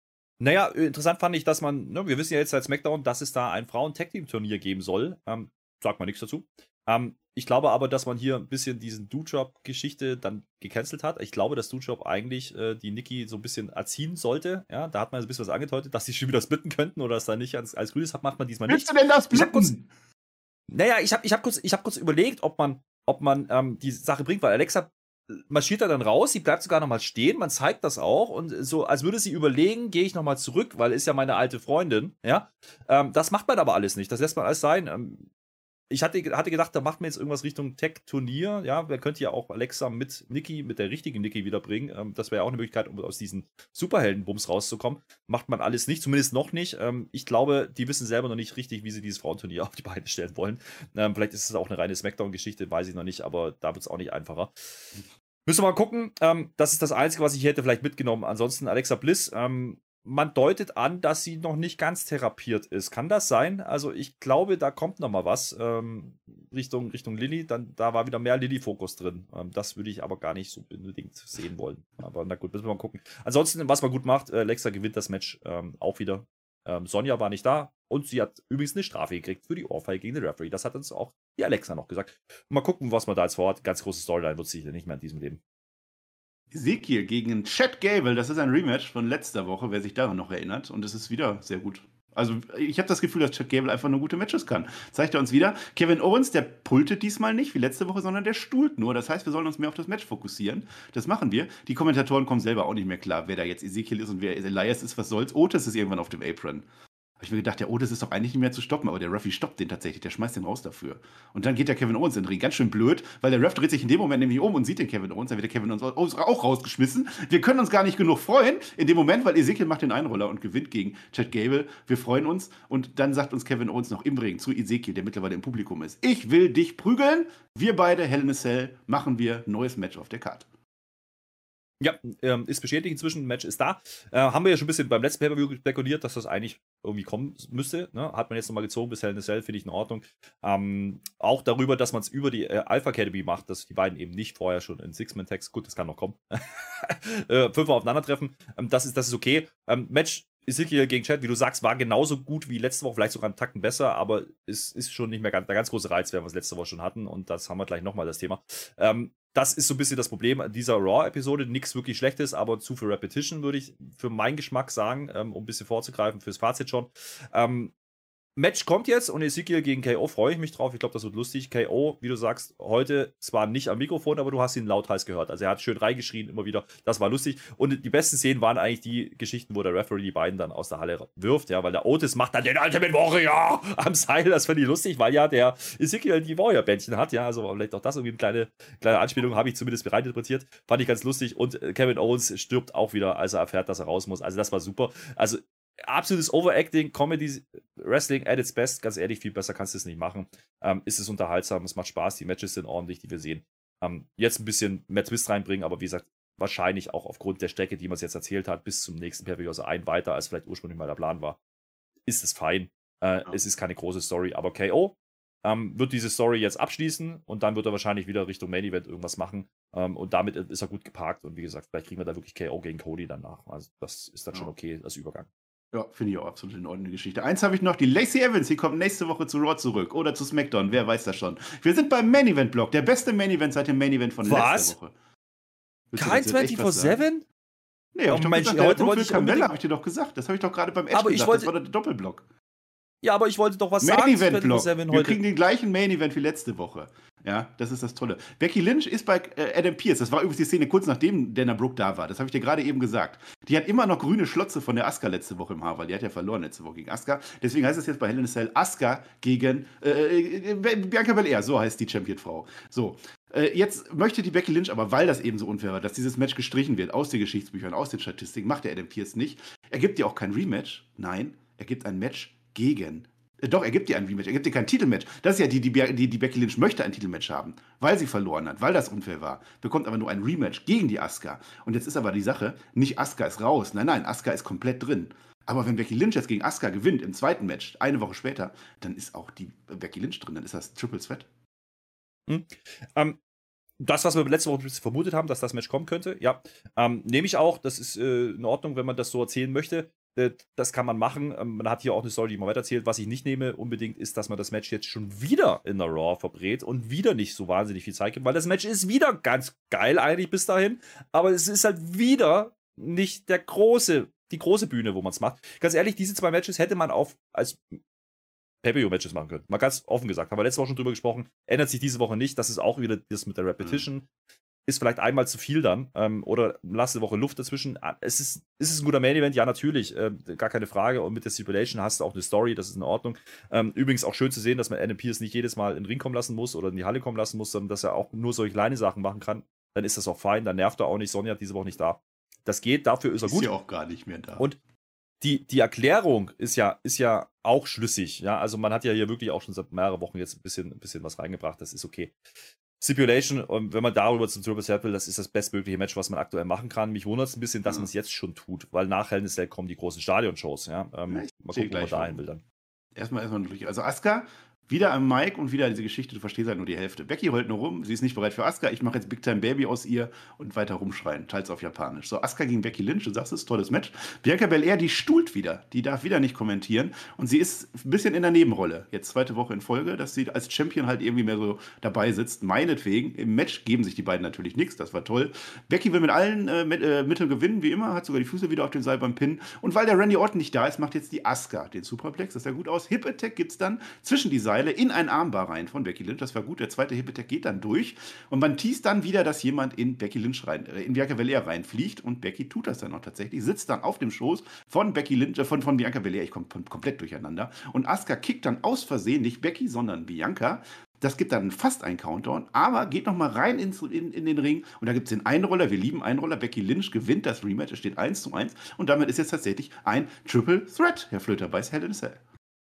Naja, interessant fand ich, dass man, ne, wir wissen ja jetzt seit SmackDown, dass es da ein Frauen-Tag-Team-Turnier geben soll. Ähm, sagt man nichts dazu. Ähm, ich glaube aber, dass man hier ein bisschen diesen Doudrop-Geschichte dann gecancelt hat. Ich glaube, dass Doudrop eigentlich äh, die Nikki so ein bisschen erziehen sollte. Ja, da hat man so ein bisschen was angedeutet, dass sie schon wieder splitten könnten oder dass da nicht als, als Grünes hat, macht man diesmal nicht. Willst du denn das Ich hab kurz, splitten? naja, ich habe ich hab kurz, ich hab kurz überlegt, ob man, ob man ähm, die Sache bringt, weil Alexa marschiert da dann raus, sie bleibt sogar nochmal stehen, man zeigt das auch und so, als würde sie überlegen, gehe ich nochmal zurück, weil ist ja meine alte Freundin, ja. Ähm, das macht man aber alles nicht, das lässt man alles sein. Ähm, ich hatte, hatte gedacht, da macht man jetzt irgendwas Richtung Tech-Turnier, ja, man könnte ja auch Alexa mit Nikki, mit der richtigen Nikki wiederbringen, ähm, das wäre ja auch eine Möglichkeit, um aus diesen Superhelden-Bums rauszukommen. Macht man alles nicht, zumindest noch nicht. Ähm, ich glaube, die wissen selber noch nicht richtig, wie sie dieses Frauenturnier auf die Beine stellen wollen. Ähm, vielleicht ist es auch eine reine Smackdown-Geschichte, weiß ich noch nicht, aber da wird es auch nicht einfacher. Müssen wir mal gucken. Ähm, das ist das Einzige, was ich hätte vielleicht mitgenommen. Ansonsten Alexa Bliss, ähm, man deutet an, dass sie noch nicht ganz therapiert ist. Kann das sein? Also ich glaube, da kommt noch mal was ähm, Richtung, Richtung Lilly. Dann, da war wieder mehr Lilly-Fokus drin. Ähm, das würde ich aber gar nicht so unbedingt sehen wollen. Aber na gut, müssen wir mal gucken. Ansonsten, was man gut macht, äh, Alexa gewinnt das Match ähm, auch wieder. Ähm, Sonja war nicht da und sie hat übrigens eine Strafe gekriegt für die Ohrfeige gegen den Referee. Das hat uns auch die Alexa noch gesagt. Mal gucken, was man da jetzt vorhat. Ganz große Storyline wird sicher nicht mehr in diesem Leben. Ezekiel gegen Chad Gable, das ist ein Rematch von letzter Woche, wer sich daran noch erinnert. Und es ist wieder sehr gut. Also ich habe das Gefühl, dass Chad Gable einfach nur gute Matches kann. Zeigt er uns wieder. Kevin Owens, der pultet diesmal nicht wie letzte Woche, sondern der stuhlt nur. Das heißt, wir sollen uns mehr auf das Match fokussieren. Das machen wir. Die Kommentatoren kommen selber auch nicht mehr klar, wer da jetzt Ezekiel ist und wer Elias ist. Was soll's? Otis ist irgendwann auf dem Apron. Habe ich mir gedacht, der Otis ist doch eigentlich nicht mehr zu stoppen, aber der Referee stoppt den tatsächlich, der schmeißt den raus dafür. Und dann geht der Kevin Owens in den Ring, ganz schön blöd, weil der Ref dreht sich in dem Moment nämlich um und sieht den Kevin Owens, dann wird der Kevin Owens auch rausgeschmissen. Wir können uns gar nicht genug freuen in dem Moment, weil Ezekiel macht den Einroller und gewinnt gegen Chad Gable. Wir freuen uns und dann sagt uns Kevin Owens noch im Ring zu Ezekiel, der mittlerweile im Publikum ist: Ich will dich prügeln. Wir beide, Hell in a Cell, machen wir neues Match auf der Karte. Ja, ähm, ist bestätigt inzwischen, Match ist da. Äh, haben wir ja schon ein bisschen beim letzten Pay-Per-View spekuliert, dass das eigentlich irgendwie kommen müsste. Ne? Hat man jetzt nochmal gezogen bis Hell in a Cell, finde ich in Ordnung. Ähm, auch darüber, dass man es über die äh, Alpha Academy macht, dass die beiden eben nicht vorher schon in Six-Man-Tags, gut, das kann noch kommen, äh, fünfmal aufeinandertreffen. Ähm, das, ist, das ist okay. Ähm, Match Ezekiel gegen Chad, wie du sagst, war genauso gut wie letzte Woche, vielleicht sogar einen Tacken besser, aber es ist schon nicht mehr ganz, der ganz große Reiz, wer wir es letzte Woche schon hatten, und das haben wir gleich nochmal, das Thema. Ähm, das ist so ein bisschen das Problem dieser Raw-Episode, nichts wirklich Schlechtes, aber zu viel Repetition, würde ich für meinen Geschmack sagen, ähm, um ein bisschen vorzugreifen, fürs Fazit schon. Ähm, Match kommt jetzt und Ezekiel gegen K O, freue ich mich drauf. Ich glaube, das wird lustig. K O, wie du sagst, heute zwar nicht am Mikrofon, aber du hast ihn lauthals gehört. Also er hat schön reingeschrien immer wieder. Das war lustig. Und die besten Szenen waren eigentlich die Geschichten, wo der Referee die beiden dann aus der Halle wirft, ja, weil der Otis macht dann den Ultimate Warrior am Seil. Das fand ich lustig, weil ja der Ezekiel die Warrior-Bändchen hat. Ja, also vielleicht auch das irgendwie eine kleine, kleine Anspielung, habe ich zumindest bereit interpretiert. Fand ich ganz lustig. Und Kevin Owens stirbt auch wieder, als er erfährt, dass er raus muss. Also das war super. Also absolutes Overacting, Comedy, Wrestling at its best. Ganz ehrlich, viel besser kannst du es nicht machen. Ähm, ist es unterhaltsam, es macht Spaß, die Matches sind ordentlich, die wir sehen. Ähm, jetzt ein bisschen mehr Twist reinbringen, aber wie gesagt, wahrscheinlich auch aufgrund der Strecke, die man es jetzt erzählt hat, bis zum nächsten Pay-Per-View, also ein weiter, als vielleicht ursprünglich mal der Plan war, ist es fein. Äh, ja. Es ist keine große Story, aber K O ähm, wird diese Story jetzt abschließen und dann wird er wahrscheinlich wieder Richtung Main Event irgendwas machen. Ähm, und damit ist er gut geparkt und wie gesagt, vielleicht kriegen wir da wirklich K O gegen Cody danach. Also das ist dann ja schon okay als Übergang. Ja, finde ich auch absolut in Ordnung, die Geschichte. Eins habe ich noch, die Lacey Evans, die kommt nächste Woche zu Raw zurück oder zu SmackDown, wer weiß das schon. Wir sind beim Main Event Block, der beste Main Event seit dem Main Event von was? letzter Woche. Kein vierundzwanzig sieben? Nee, hab ich doch Mensch, gesagt, heute wollte ich Carmella, habe ich dir doch gesagt. Das habe ich doch gerade beim Edge aber gesagt, ich wollte, das war der Doppelblock. Ja, aber ich wollte doch was Main sagen. Event Block. Wir heute. kriegen den gleichen Main Event wie letzte Woche. Ja, das ist das Tolle. Becky Lynch ist bei äh, Adam Pearce. Das war übrigens die Szene kurz nachdem Dana Brooke da war. Das habe ich dir gerade eben gesagt. Die hat immer noch grüne Schlotze von der Asuka letzte Woche im Haar, weil die hat ja verloren letzte Woche gegen Asuka. Deswegen heißt es jetzt bei Hell in a Cell Asuka gegen äh, äh, Bianca Belair. So heißt die Championfrau. So. Äh, jetzt möchte die Becky Lynch aber, weil das eben so unfair war, dass dieses Match gestrichen wird aus den Geschichtsbüchern, aus den Statistiken, macht der Adam Pearce nicht. Er gibt ihr auch kein Rematch. Nein, er gibt ein Match gegen Doch, er gibt dir ein Rematch, er gibt dir kein Titelmatch. Das ist ja die, die, die, die Becky Lynch möchte ein Titelmatch haben, weil sie verloren hat, weil das unfair war. Bekommt aber nur ein Rematch gegen die Asuka. Und jetzt ist aber die Sache, nicht Asuka ist raus, nein, nein, Asuka ist komplett drin. Aber wenn Becky Lynch jetzt gegen Asuka gewinnt im zweiten Match, eine Woche später, dann ist auch die Becky Lynch drin, dann ist das Triple Threat. Hm. Ähm, das, was wir letzte Woche vermutet haben, dass das Match kommen könnte, ja, ähm, nehme ich auch. Das ist äh, in Ordnung, wenn man das so erzählen möchte. äh, das kann man machen. Ähm, man hat hier auch eine Story, die man weitererzählt. Was ich nicht nehme unbedingt, ist, dass man das Match jetzt schon wieder in der Raw verbrät und wieder nicht so wahnsinnig viel Zeit gibt, weil das Match ist wieder ganz geil eigentlich bis dahin, aber es ist halt wieder nicht der große, die große Bühne, wo man es macht. Ganz ehrlich, diese zwei Matches hätte man auf als Pay-Per-View-Matches machen können. Mal ganz offen gesagt. Haben wir letzte Woche schon drüber gesprochen. Ändert sich diese Woche nicht. Das ist auch wieder das mit der Repetition. Mhm. Ist vielleicht einmal zu viel dann. Ähm, oder lass eine Woche Luft dazwischen. Es ist, ist es ein guter Main-Event? Ja, natürlich. Ähm, gar keine Frage. Und mit der Stipulation hast du auch eine Story. Das ist in Ordnung. Ähm, übrigens auch schön zu sehen, dass man Adam Pearce nicht jedes Mal in den Ring kommen lassen muss oder in die Halle kommen lassen muss, sondern dass er auch nur solche kleine Sachen machen kann. Dann ist das auch fein. Dann nervt er auch nicht. Sonja hat diese Woche nicht da. Das geht. Dafür ist er gut. Ist ja auch gar nicht mehr da. Und Die, die Erklärung ist ja, ist ja auch schlüssig. Ja? Also man hat ja hier wirklich auch schon seit mehreren Wochen jetzt ein bisschen, ein bisschen was reingebracht. Das ist okay. Stipulation, und wenn man darüber zum Triple Threat will, das ist das bestmögliche Match, was man aktuell machen kann. Mich wundert es ein bisschen, dass mhm. man es jetzt schon tut, weil nach Hell in a Cell kommen die großen Stadion-Shows. Ja? Ähm, mal gucken, wo man dahin will dann. Erstmal erstmal durch. Also Asuka wieder am Mic und wieder diese Geschichte, du verstehst halt nur die Hälfte. Becky heult nur rum, sie ist nicht bereit für Asuka, ich mache jetzt Big Time Baby aus ihr und weiter rumschreien, teils auf Japanisch. So, Asuka gegen Becky Lynch, du sagst es, tolles Match. Bianca Belair, die stuhlt wieder, die darf wieder nicht kommentieren und sie ist ein bisschen in der Nebenrolle, jetzt zweite Woche in Folge, dass sie als Champion halt irgendwie mehr so dabei sitzt, meinetwegen. Im Match geben sich die beiden natürlich nichts, das war toll. Becky will mit allen äh, mit, äh, Mitteln gewinnen, wie immer, hat sogar die Füße wieder auf den Seil beim Pin und weil der Randy Orton nicht da ist, macht jetzt die Asuka den Superplex, das sah gut aus. Hip Attack gibt's dann zwischen die Seile in ein Armbar rein von Becky Lynch. Das war gut. Der zweite Hip Attack geht dann durch. Und man teast dann wieder, dass jemand in Becky Lynch rein, äh, in Bianca Belair reinfliegt. Und Becky tut das dann auch tatsächlich. Sitzt dann auf dem Schoß von Becky Lynch, äh, von, von Bianca Belair. Ich komme komplett durcheinander. Und Asuka kickt dann aus Versehen nicht Becky, sondern Bianca. Das gibt dann fast einen Countdown, aber geht nochmal rein in, in, in den Ring. Und da gibt es den Einroller. Wir lieben Einroller. Becky Lynch gewinnt das Rematch. Es steht eins zu eins. Und damit ist jetzt tatsächlich ein Triple Threat, Herr Flöter, bei Hell in a Cell.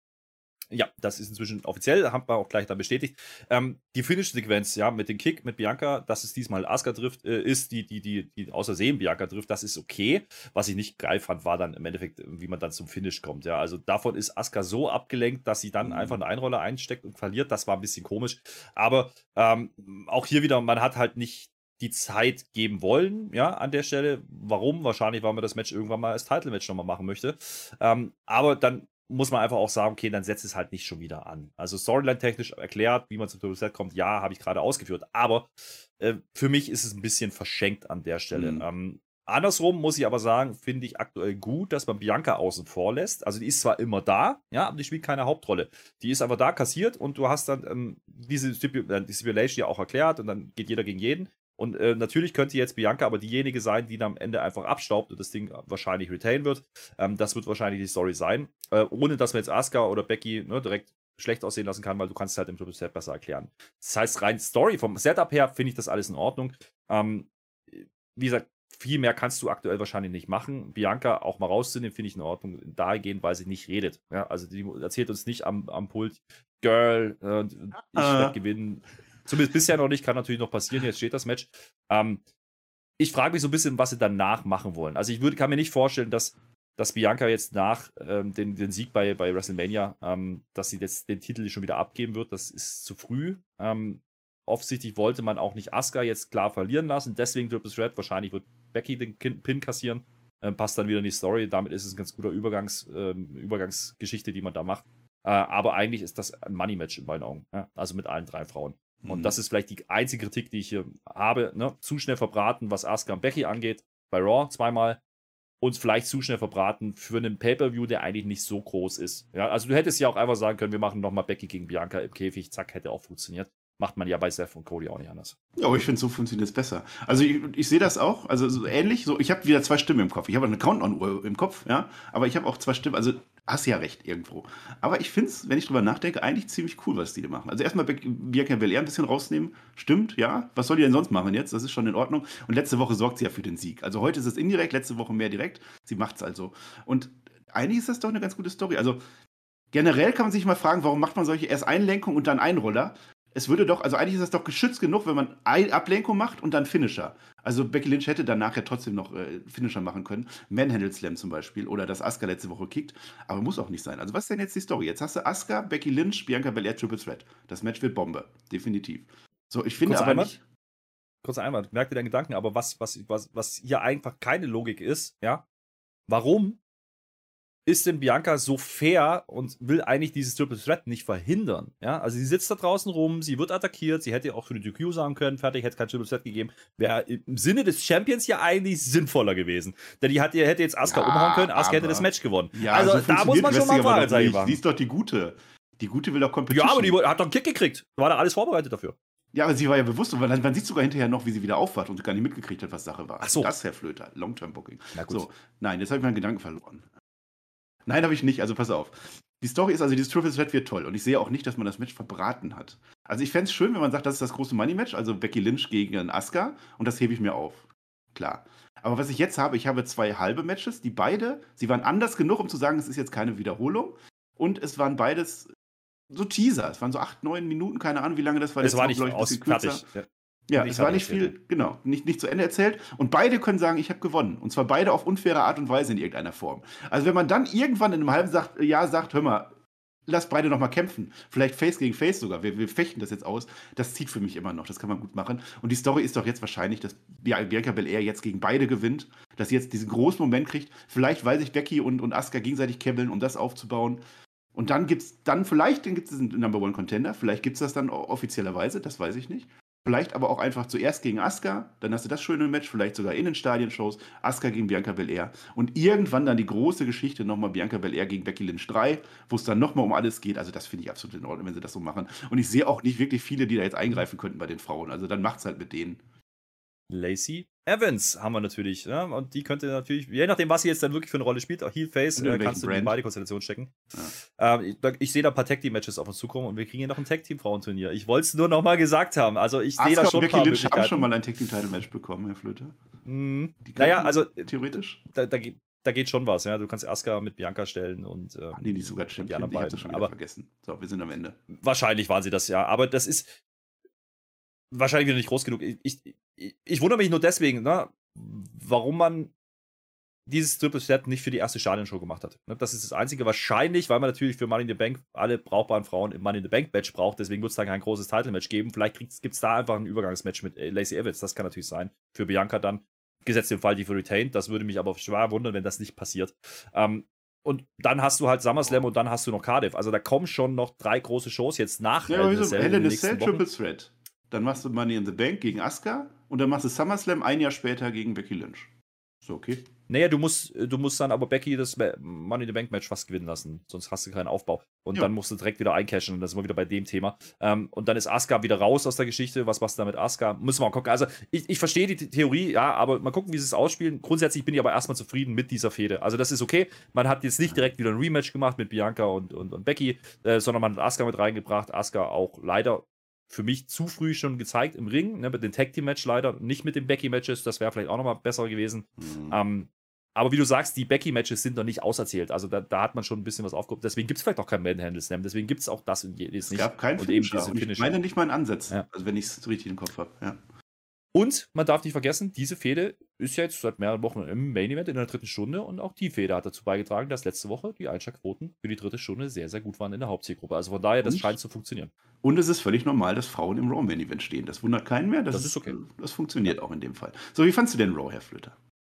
Ja, das ist inzwischen offiziell, haben wir auch gleich dann bestätigt. Ähm, die Finish-Sequenz, ja, mit dem Kick, mit Bianca, dass es diesmal Asuka trifft, äh, ist, die, die, die, die außersehen Bianca trifft, das ist okay. Was ich nicht geil fand, war dann im Endeffekt, wie man dann zum Finish kommt, ja. Also davon ist Asuka so abgelenkt, dass sie dann mhm. einfach einen Einroller einsteckt und verliert. Das war ein bisschen komisch. Aber ähm, auch hier wieder, man hat halt nicht die Zeit geben wollen, ja, an der Stelle. Warum? Wahrscheinlich, weil man das Match irgendwann mal als Title-Match nochmal machen möchte. Ähm, aber dann muss man einfach auch sagen, okay, dann setzt es halt nicht schon wieder an. Also Storyline-technisch erklärt, wie man zum Triple Threat kommt, ja, habe ich gerade ausgeführt. Aber äh, für mich ist es ein bisschen verschenkt an der Stelle. Mhm. Ähm, andersrum muss ich aber sagen, finde ich aktuell gut, dass man Bianca außen vor lässt. Also die ist zwar immer da, ja, aber die spielt keine Hauptrolle. Die ist einfach da, kassiert und du hast dann ähm, diese Stipul- äh, die Stipulation ja auch erklärt und dann geht jeder gegen jeden. Und äh, natürlich könnte jetzt Bianca aber diejenige sein, die dann am Ende einfach abstaubt und das Ding wahrscheinlich retain wird. Ähm, das wird wahrscheinlich die Story sein. Äh, ohne, dass man jetzt Asuka oder Becky ne, direkt schlecht aussehen lassen kann, weil du kannst es halt im Triple Threat besser erklären. Das heißt, rein Story, vom Setup her finde ich das alles in Ordnung. Ähm, wie gesagt, viel mehr kannst du aktuell wahrscheinlich nicht machen. Bianca auch mal rauszunehmen, finde ich in Ordnung. Dahingehend, weil sie nicht redet. Ja, also die erzählt uns nicht am, am Pult, Girl, äh, ich werde gewinnen. Zumindest bisher noch nicht, kann natürlich noch passieren, jetzt steht das Match. Ähm, ich frage mich so ein bisschen, was sie danach machen wollen. Also ich würde, kann mir nicht vorstellen, dass, dass Bianca jetzt nach ähm, den, den Sieg bei, bei WrestleMania, ähm, dass sie jetzt den Titel schon wieder abgeben wird. Das ist zu früh. Ähm, offensichtlich wollte man auch nicht Asuka jetzt klar verlieren lassen, deswegen Triple Threat. Wahrscheinlich wird Becky den Pin kassieren. Ähm, passt dann wieder in die Story. Damit ist es ein ganz guter Übergangs, ähm, Übergangsgeschichte, die man da macht. Äh, aber eigentlich ist das ein Money-Match in meinen Augen. Ja? Also mit allen drei Frauen. Und das ist vielleicht die einzige Kritik, die ich hier habe. Ne? Zu schnell verbraten, was Asuka und Becky angeht. Bei Raw zweimal. Und vielleicht zu schnell verbraten für einen Pay-Per-View, der eigentlich nicht so groß ist. Ja, also du hättest ja auch einfach sagen können, wir machen nochmal Becky gegen Bianca im Käfig. Zack, hätte auch funktioniert. Macht man ja bei Seth und Cody auch nicht anders. Ja, aber ich finde, so funktioniert es besser. Also ich, ich sehe das auch, also so ähnlich. So, ich habe wieder zwei Stimmen im Kopf. Ich habe eine Countdown-Uhr im Kopf, ja, aber ich habe auch zwei Stimmen. Also hast ja recht irgendwo. Aber ich finde es, wenn ich drüber nachdenke, eigentlich ziemlich cool, was die da machen. Also erstmal Bianca Belair ein bisschen rausnehmen. Stimmt, ja. Was soll die denn sonst machen jetzt? Das ist schon in Ordnung. Und letzte Woche sorgt sie ja für den Sieg. Also heute ist es indirekt, letzte Woche mehr direkt. Sie macht es also. Und eigentlich ist das doch eine ganz gute Story. Also generell kann man sich mal fragen, warum macht man solche erst Einlenkung und dann Einroller? Es würde doch, also eigentlich ist das doch geschützt genug, wenn man Ablenkung macht und dann Finisher. Also Becky Lynch hätte danach ja trotzdem noch äh, Finisher machen können. Manhandle Slam zum Beispiel oder dass Asuka letzte Woche kickt. Aber muss auch nicht sein. Also was ist denn jetzt die Story? Jetzt hast du Asuka, Becky Lynch, Bianca Belair, Triple Threat. Das Match wird Bombe. Definitiv. So, ich finde Kurzer aber Einwand. nicht... Kurzer Einwand. Merk dir deinen Gedanken. Aber was, was, was, was hier einfach keine Logik ist, ja, warum ist denn Bianca so fair und will eigentlich dieses Triple Threat nicht verhindern? Ja, also sie sitzt da draußen rum, sie wird attackiert, sie hätte auch für die D Q sagen können, fertig, hätte kein Triple Threat gegeben. Wäre im Sinne des Champions ja eigentlich sinnvoller gewesen. Denn die hat, die hätte jetzt Asuka ja, umhauen können, Asuka hätte das Match gewonnen. Ja, also so da muss man schon mal Fragezeichen machen. Sie ist doch die Gute. Die Gute will doch Competition. Ja, aber die hat doch einen Kick gekriegt. War da alles vorbereitet dafür. Ja, aber sie war ja bewusst. Und man, man sieht sogar hinterher noch, wie sie wieder aufwacht und gar nicht mitgekriegt hat, was Sache war. Ach so. Das, Herr Flöter. Long-Term-Booking. Na gut. So, nein, jetzt habe ich meinen Gedanken verloren. Nein, habe ich nicht. Also pass auf. Die Story ist also, dieses Triple Threat wird toll. Und ich sehe auch nicht, dass man das Match verbraten hat. Also ich fände es schön, wenn man sagt, das ist das große Money-Match, also Becky Lynch gegen Asuka. Und das hebe ich mir auf. Klar. Aber was ich jetzt habe, ich habe zwei halbe Matches, die beide, sie waren anders genug, um zu sagen, es ist jetzt keine Wiederholung. Und es waren beides so Teaser. Es waren so acht, neun Minuten, keine Ahnung, wie lange das war. Es war nicht ich, aus, fertig. Ja, ja es war nicht viel, genau, nicht, nicht zu Ende erzählt. Und beide können sagen, ich habe gewonnen. Und zwar beide auf unfaire Art und Weise in irgendeiner Form. Also wenn man dann irgendwann in einem halben sagt, Jahr sagt, hör mal, lass beide noch mal kämpfen. Vielleicht Face gegen Face sogar. Wir, wir fechten das jetzt aus. Das zieht für mich immer noch. Das kann man gut machen. Und die Story ist doch jetzt wahrscheinlich, dass Bianca Belair jetzt gegen beide gewinnt. Dass sie jetzt diesen großen Moment kriegt. Vielleicht, weil sich Becky und, und Asuka gegenseitig käbbeln, um das aufzubauen. Und dann gibt es, dann vielleicht gibt es einen Number One Contender. Vielleicht gibt es das dann offiziellerweise. Das weiß ich nicht. Vielleicht aber auch einfach zuerst gegen Asuka, dann hast du das schöne Match, vielleicht sogar in den Stadionshows, Asuka gegen Bianca Belair und irgendwann dann die große Geschichte nochmal Bianca Belair gegen Becky Lynch drei, wo es dann nochmal um alles geht. Also das finde ich absolut in Ordnung, wenn sie das so machen. Und ich sehe auch nicht wirklich viele, die da jetzt eingreifen könnten bei den Frauen. Also dann macht's halt mit denen. Lacey Evans haben wir natürlich, ja? Und die könnte natürlich, je nachdem, was sie jetzt dann wirklich für eine Rolle spielt, auch Heel Face, äh, kannst du in beide Konstellationen stecken. Ja. Ähm, ich, ich sehe da ein paar Tag-Team-Matches auf uns zukommen und wir kriegen hier noch ein Tag-Team-Frauenturnier. Ich wollte es nur noch mal gesagt haben. Also ich sehe da schon ein paar Becky Lynch haben schon mal ein Tag-Team-Title-Match bekommen, Herr Flöter. Mm, naja, also theoretisch. Da, da, da geht schon was, ja. Du kannst Asuka mit Bianca stellen und äh, nee, die ist sogar Champion, die ich hab das schon wieder aber vergessen. So, wir sind am Ende. Wahrscheinlich waren sie das, ja. Aber das ist wahrscheinlich wieder nicht groß genug. Ich, ich, ich, ich wundere mich nur deswegen, ne, warum man dieses Triple Threat nicht für die erste Stadionshow gemacht hat. Das ist das Einzige. Wahrscheinlich, weil man natürlich für Money in the Bank alle brauchbaren Frauen im Money in the Bank Match braucht. Deswegen wird es da kein großes Title-Match geben. Vielleicht gibt es da einfach ein Übergangsmatch mit Lacey Evans. Das kann natürlich sein. Für Bianca dann. Gesetzt im Fall, die für Retained. Das würde mich aber schwer wundern, wenn das nicht passiert. Ähm, und dann hast du halt SummerSlam und dann hast du noch Cardiff. Also da kommen schon noch drei große Shows jetzt nach. Ja, aber so Hell in a Cell Triple Threat. Dann machst du Money in the Bank gegen Asuka und dann machst du SummerSlam ein Jahr später gegen Becky Lynch. So, okay. Naja, du musst, du musst dann aber Becky das Money in the Bank Match fast gewinnen lassen, sonst hast du keinen Aufbau. Und ja. dann musst du direkt wieder eincashen und das sind wir wieder bei dem Thema. Ähm, und dann ist Asuka wieder raus aus der Geschichte. Was machst du da mit Asuka? Müssen wir mal gucken. Also, ich, ich verstehe die Theorie, ja, aber mal gucken, wie sie es ausspielen. Grundsätzlich bin ich aber erstmal zufrieden mit dieser Fehde. Also, das ist okay. Man hat jetzt nicht direkt wieder ein Rematch gemacht mit Bianca und, und, und Becky, äh, sondern man hat Asuka mit reingebracht. Asuka auch leider für mich zu früh schon gezeigt im Ring, ne, mit dem Tag-Team-Match leider, nicht mit den Becky-Matches, das wäre vielleicht auch nochmal besser gewesen. Mhm. Ähm, aber wie du sagst, die Becky-Matches sind noch nicht auserzählt, also da, da hat man schon ein bisschen was aufgehoben, deswegen gibt es vielleicht auch kein Manhandle-Slam, deswegen gibt es auch das und jedes nicht. Es gab keinen Finisher, und ich meine nicht mal einen Ansatz, ja. Also wenn ich es richtig im Kopf habe, ja. Und man darf nicht vergessen, diese Fehde ist ja jetzt seit mehreren Wochen im Main Event in der dritten Stunde und auch die Fehde hat dazu beigetragen, dass letzte Woche die Einschlagquoten für die dritte Stunde sehr, sehr gut waren in der Hauptzielgruppe. Also von daher, das und? scheint zu funktionieren. Und es ist völlig normal, dass Frauen im Raw Main Event stehen. Das wundert keinen mehr. Das, das ist okay. Das funktioniert auch in dem Fall. So, wie fandst du denn Raw, Herr Flöter?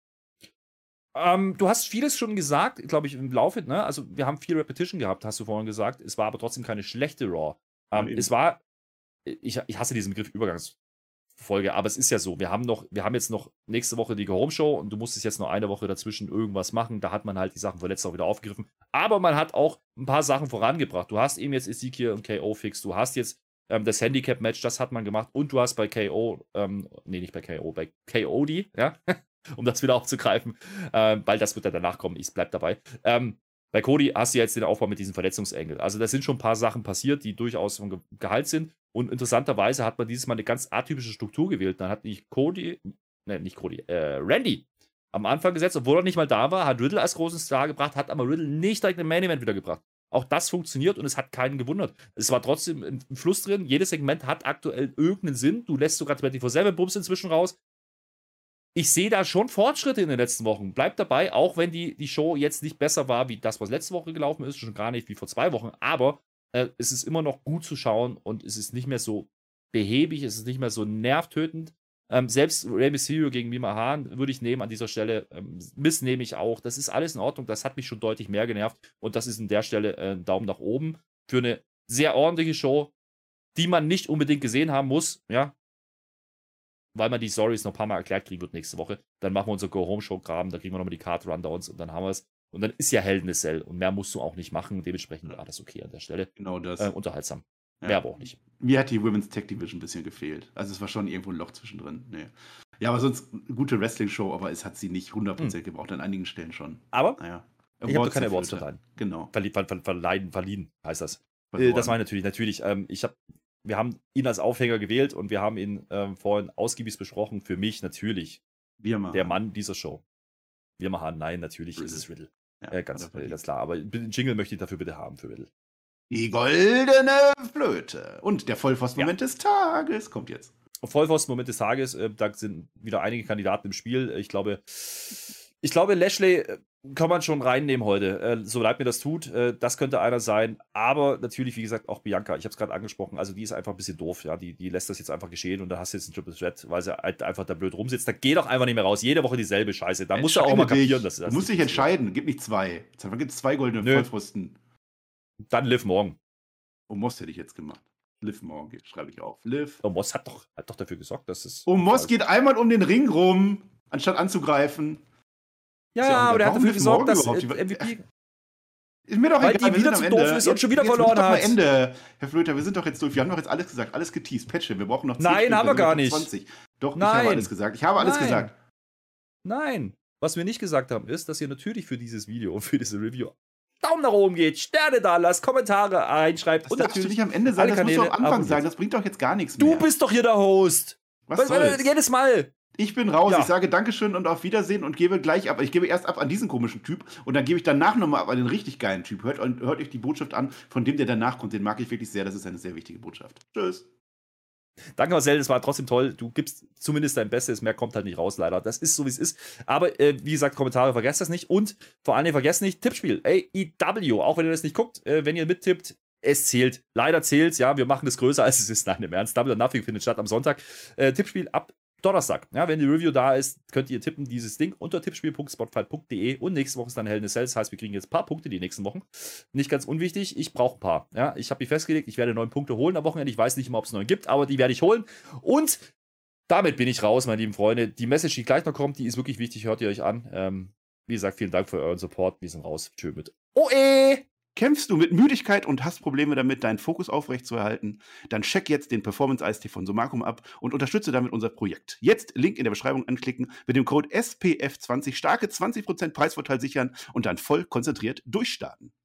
Ähm, du hast vieles schon gesagt, glaube ich, im Laufe, ne? Also wir haben viel Repetition gehabt, hast du vorhin gesagt. Es war aber trotzdem keine schlechte Raw. Ähm, ja, es war, ich, ich hasse diesen Begriff Übergangs. Folge, aber es ist ja so, wir haben noch, wir haben jetzt noch nächste Woche die Go-Home-Show und du musstest jetzt noch eine Woche dazwischen irgendwas machen, da hat man halt die Sachen von letzter Woche wieder aufgegriffen, aber man hat auch ein paar Sachen vorangebracht, du hast eben jetzt Ezekiel und K O fix, du hast jetzt ähm, das Handicap-Match, das hat man gemacht und du hast bei K O, ähm, nee, nicht bei K O, bei K O D, ja, um das wieder aufzugreifen, äh, weil das wird dann danach kommen, ich bleib dabei, ähm, bei Cody hast du jetzt den Aufbau mit diesem Verletzungsengel. Also da sind schon ein paar Sachen passiert, die durchaus von Ge- Gehalt sind. Und interessanterweise hat man dieses Mal eine ganz atypische Struktur gewählt. Dann hat nicht Cody, ne, nicht Cody, äh, Randy am Anfang gesetzt, obwohl er nicht mal da war, hat Riddle als großen Star gebracht, hat aber Riddle nicht direkt im Main Event wieder gebracht. Auch das funktioniert und es hat keinen gewundert. Es war trotzdem ein Fluss drin. Jedes Segment hat aktuell irgendeinen Sinn. Du lässt sogar vierundzwanzig sieben Bums inzwischen raus. Ich sehe da schon Fortschritte in den letzten Wochen. Bleibt dabei, auch wenn die, die Show jetzt nicht besser war, wie das, was letzte Woche gelaufen ist, schon gar nicht wie vor zwei Wochen. Aber äh, es ist immer noch gut zu schauen und es ist nicht mehr so behäbig, es ist nicht mehr so nervtötend. Ähm, selbst Rey Mysterio gegen Mima Hahn würde ich nehmen an dieser Stelle. Ähm, Miss nehme ich auch. Das ist alles in Ordnung. Das hat mich schon deutlich mehr genervt. Und das ist an der Stelle äh, ein Daumen nach oben für eine sehr ordentliche Show, die man nicht unbedingt gesehen haben muss. Ja, weil man die Stories noch ein paar Mal erklärt kriegen wird nächste Woche. Dann machen wir unsere Go-Home-Show-Graben, da kriegen wir nochmal die Card-Rundowns und dann haben wir es. Und dann ist ja Hell in a Cell und mehr musst du auch nicht machen. Dementsprechend war das okay an der Stelle. Genau das. Äh, unterhaltsam. Ja. Mehr aber auch nicht. Mir hat die Women's Tag Division ein bisschen gefehlt. Also es war schon irgendwo ein Loch zwischendrin. Nee. Ja, aber sonst eine gute Wrestling-Show, aber es hat sie nicht hundert Prozent hm. gebraucht, an einigen Stellen schon. Aber naja. ich habe doch keine Awards verleihen. Genau. Verli ver ver verleihen, verliehen heißt das. Verloren. Das war natürlich, natürlich. Ähm, ich habe Wir haben ihn als Aufhänger gewählt und wir haben ihn ähm, vorhin ausgiebig besprochen. Für mich natürlich Wir machen. der Mann dieser Show. Wir machen, nein, natürlich Riddle. Ist es Riddle. Ja, äh, ganz, äh, ganz klar. Aber den Jingle möchte ich dafür bitte haben für Riddle. Die goldene Flöte. Und der Vollpfosten-Moment ja. des Tages kommt jetzt. Vollpfosten-Moment des Tages. Äh, da sind wieder einige Kandidaten im Spiel. Ich glaube, ich glaube, Lashley kann man schon reinnehmen heute, äh, so leid mir das tut. Äh, das könnte einer sein. Aber natürlich, wie gesagt, auch Bianca. Ich habe es gerade angesprochen. Also die ist einfach ein bisschen doof. Ja, die, die lässt das jetzt einfach geschehen und da hast du jetzt einen Triple Threat, weil sie halt einfach da blöd rumsitzt. Da geht doch einfach nicht mehr raus. Jede Woche dieselbe Scheiße. Da musst du auch mal kapieren, dass das. Du musst dich entscheiden. Gib nicht zwei. Dann gibt es zwei goldene Nö. Vollpfosten. Dann Liv Morgan. Omos hätte ich jetzt gemacht. Liv Morgan, schreibe ich auf. Liv. Omos hat doch, hat doch dafür gesorgt, dass es. Omos geht einmal um den Ring rum, anstatt anzugreifen. Ja, ja, aber der hat dafür gesorgt, dass M V P. Ist mir doch weil egal, die wieder zu doof ist jetzt, und schon wieder jetzt verloren hat. Ende. Herr Flöter, wir sind doch jetzt durch. Wir haben doch jetzt alles gesagt, alles geteased. Patche, wir brauchen noch zehn Nein, Spiele, haben wir gar nicht. zwanzig. Doch, Nein. ich habe alles gesagt. Ich habe alles Nein. gesagt. Nein. Was wir nicht gesagt haben, ist, dass ihr natürlich für dieses Video und für diese Review Daumen nach oben geht, Sterne da lasst, Kommentare einschreibt. Das und darfst natürlich du nicht am Ende sagen, das musst du am Anfang abonniert. sagen. Das bringt doch jetzt gar nichts mehr. Du bist doch hier der Host. Was weil, soll's? weil, jedes Mal. Ich bin raus, ja. ich sage Dankeschön und auf Wiedersehen und gebe gleich ab. Ich gebe erst ab an diesen komischen Typ und dann gebe ich danach nochmal ab an den richtig geilen Typ. Hört, hört euch die Botschaft an, von dem der danach kommt. Den mag ich wirklich sehr, das ist eine sehr wichtige Botschaft. Tschüss. Danke Marcel, das war trotzdem toll. Du gibst zumindest dein Bestes, mehr kommt halt nicht raus, leider. Das ist so, wie es ist. Aber äh, wie gesagt, Kommentare, vergesst das nicht. Und vor allem vergesst nicht, Tippspiel, A E W, auch wenn ihr das nicht guckt, äh, wenn ihr mittippt, es zählt. Leider zählt's, ja, wir machen es größer, als es ist. Nein, im Ernst, Double or Nothing findet statt am Sonntag. Äh, Tippspiel ab Donnerstag. Ja, wenn die Review da ist, könnt ihr tippen, dieses Ding unter tippspiel punkt spotfight punkt de und nächste Woche ist dann Hell in a Cell. Das heißt, wir kriegen jetzt ein paar Punkte die nächsten Wochen. Nicht ganz unwichtig, ich brauche ein paar. Ja, ich habe mich festgelegt, ich werde neun Punkte holen am Wochenende. Ich weiß nicht immer, ob es neun gibt, aber die werde ich holen. Und damit bin ich raus, meine lieben Freunde. Die Message, die gleich noch kommt, die ist wirklich wichtig, hört ihr euch an. Ähm, wie gesagt, vielen Dank für euren Support. Wir sind raus. Tschö mit O E! Kämpfst du mit Müdigkeit und hast Probleme damit, deinen Fokus aufrechtzuerhalten? Dann check jetzt den Performance-Eistee von Somakum ab und unterstütze damit unser Projekt. Jetzt Link in der Beschreibung anklicken, mit dem Code S P F zwanzig starke zwanzig Prozent Preisvorteil sichern und dann voll konzentriert durchstarten.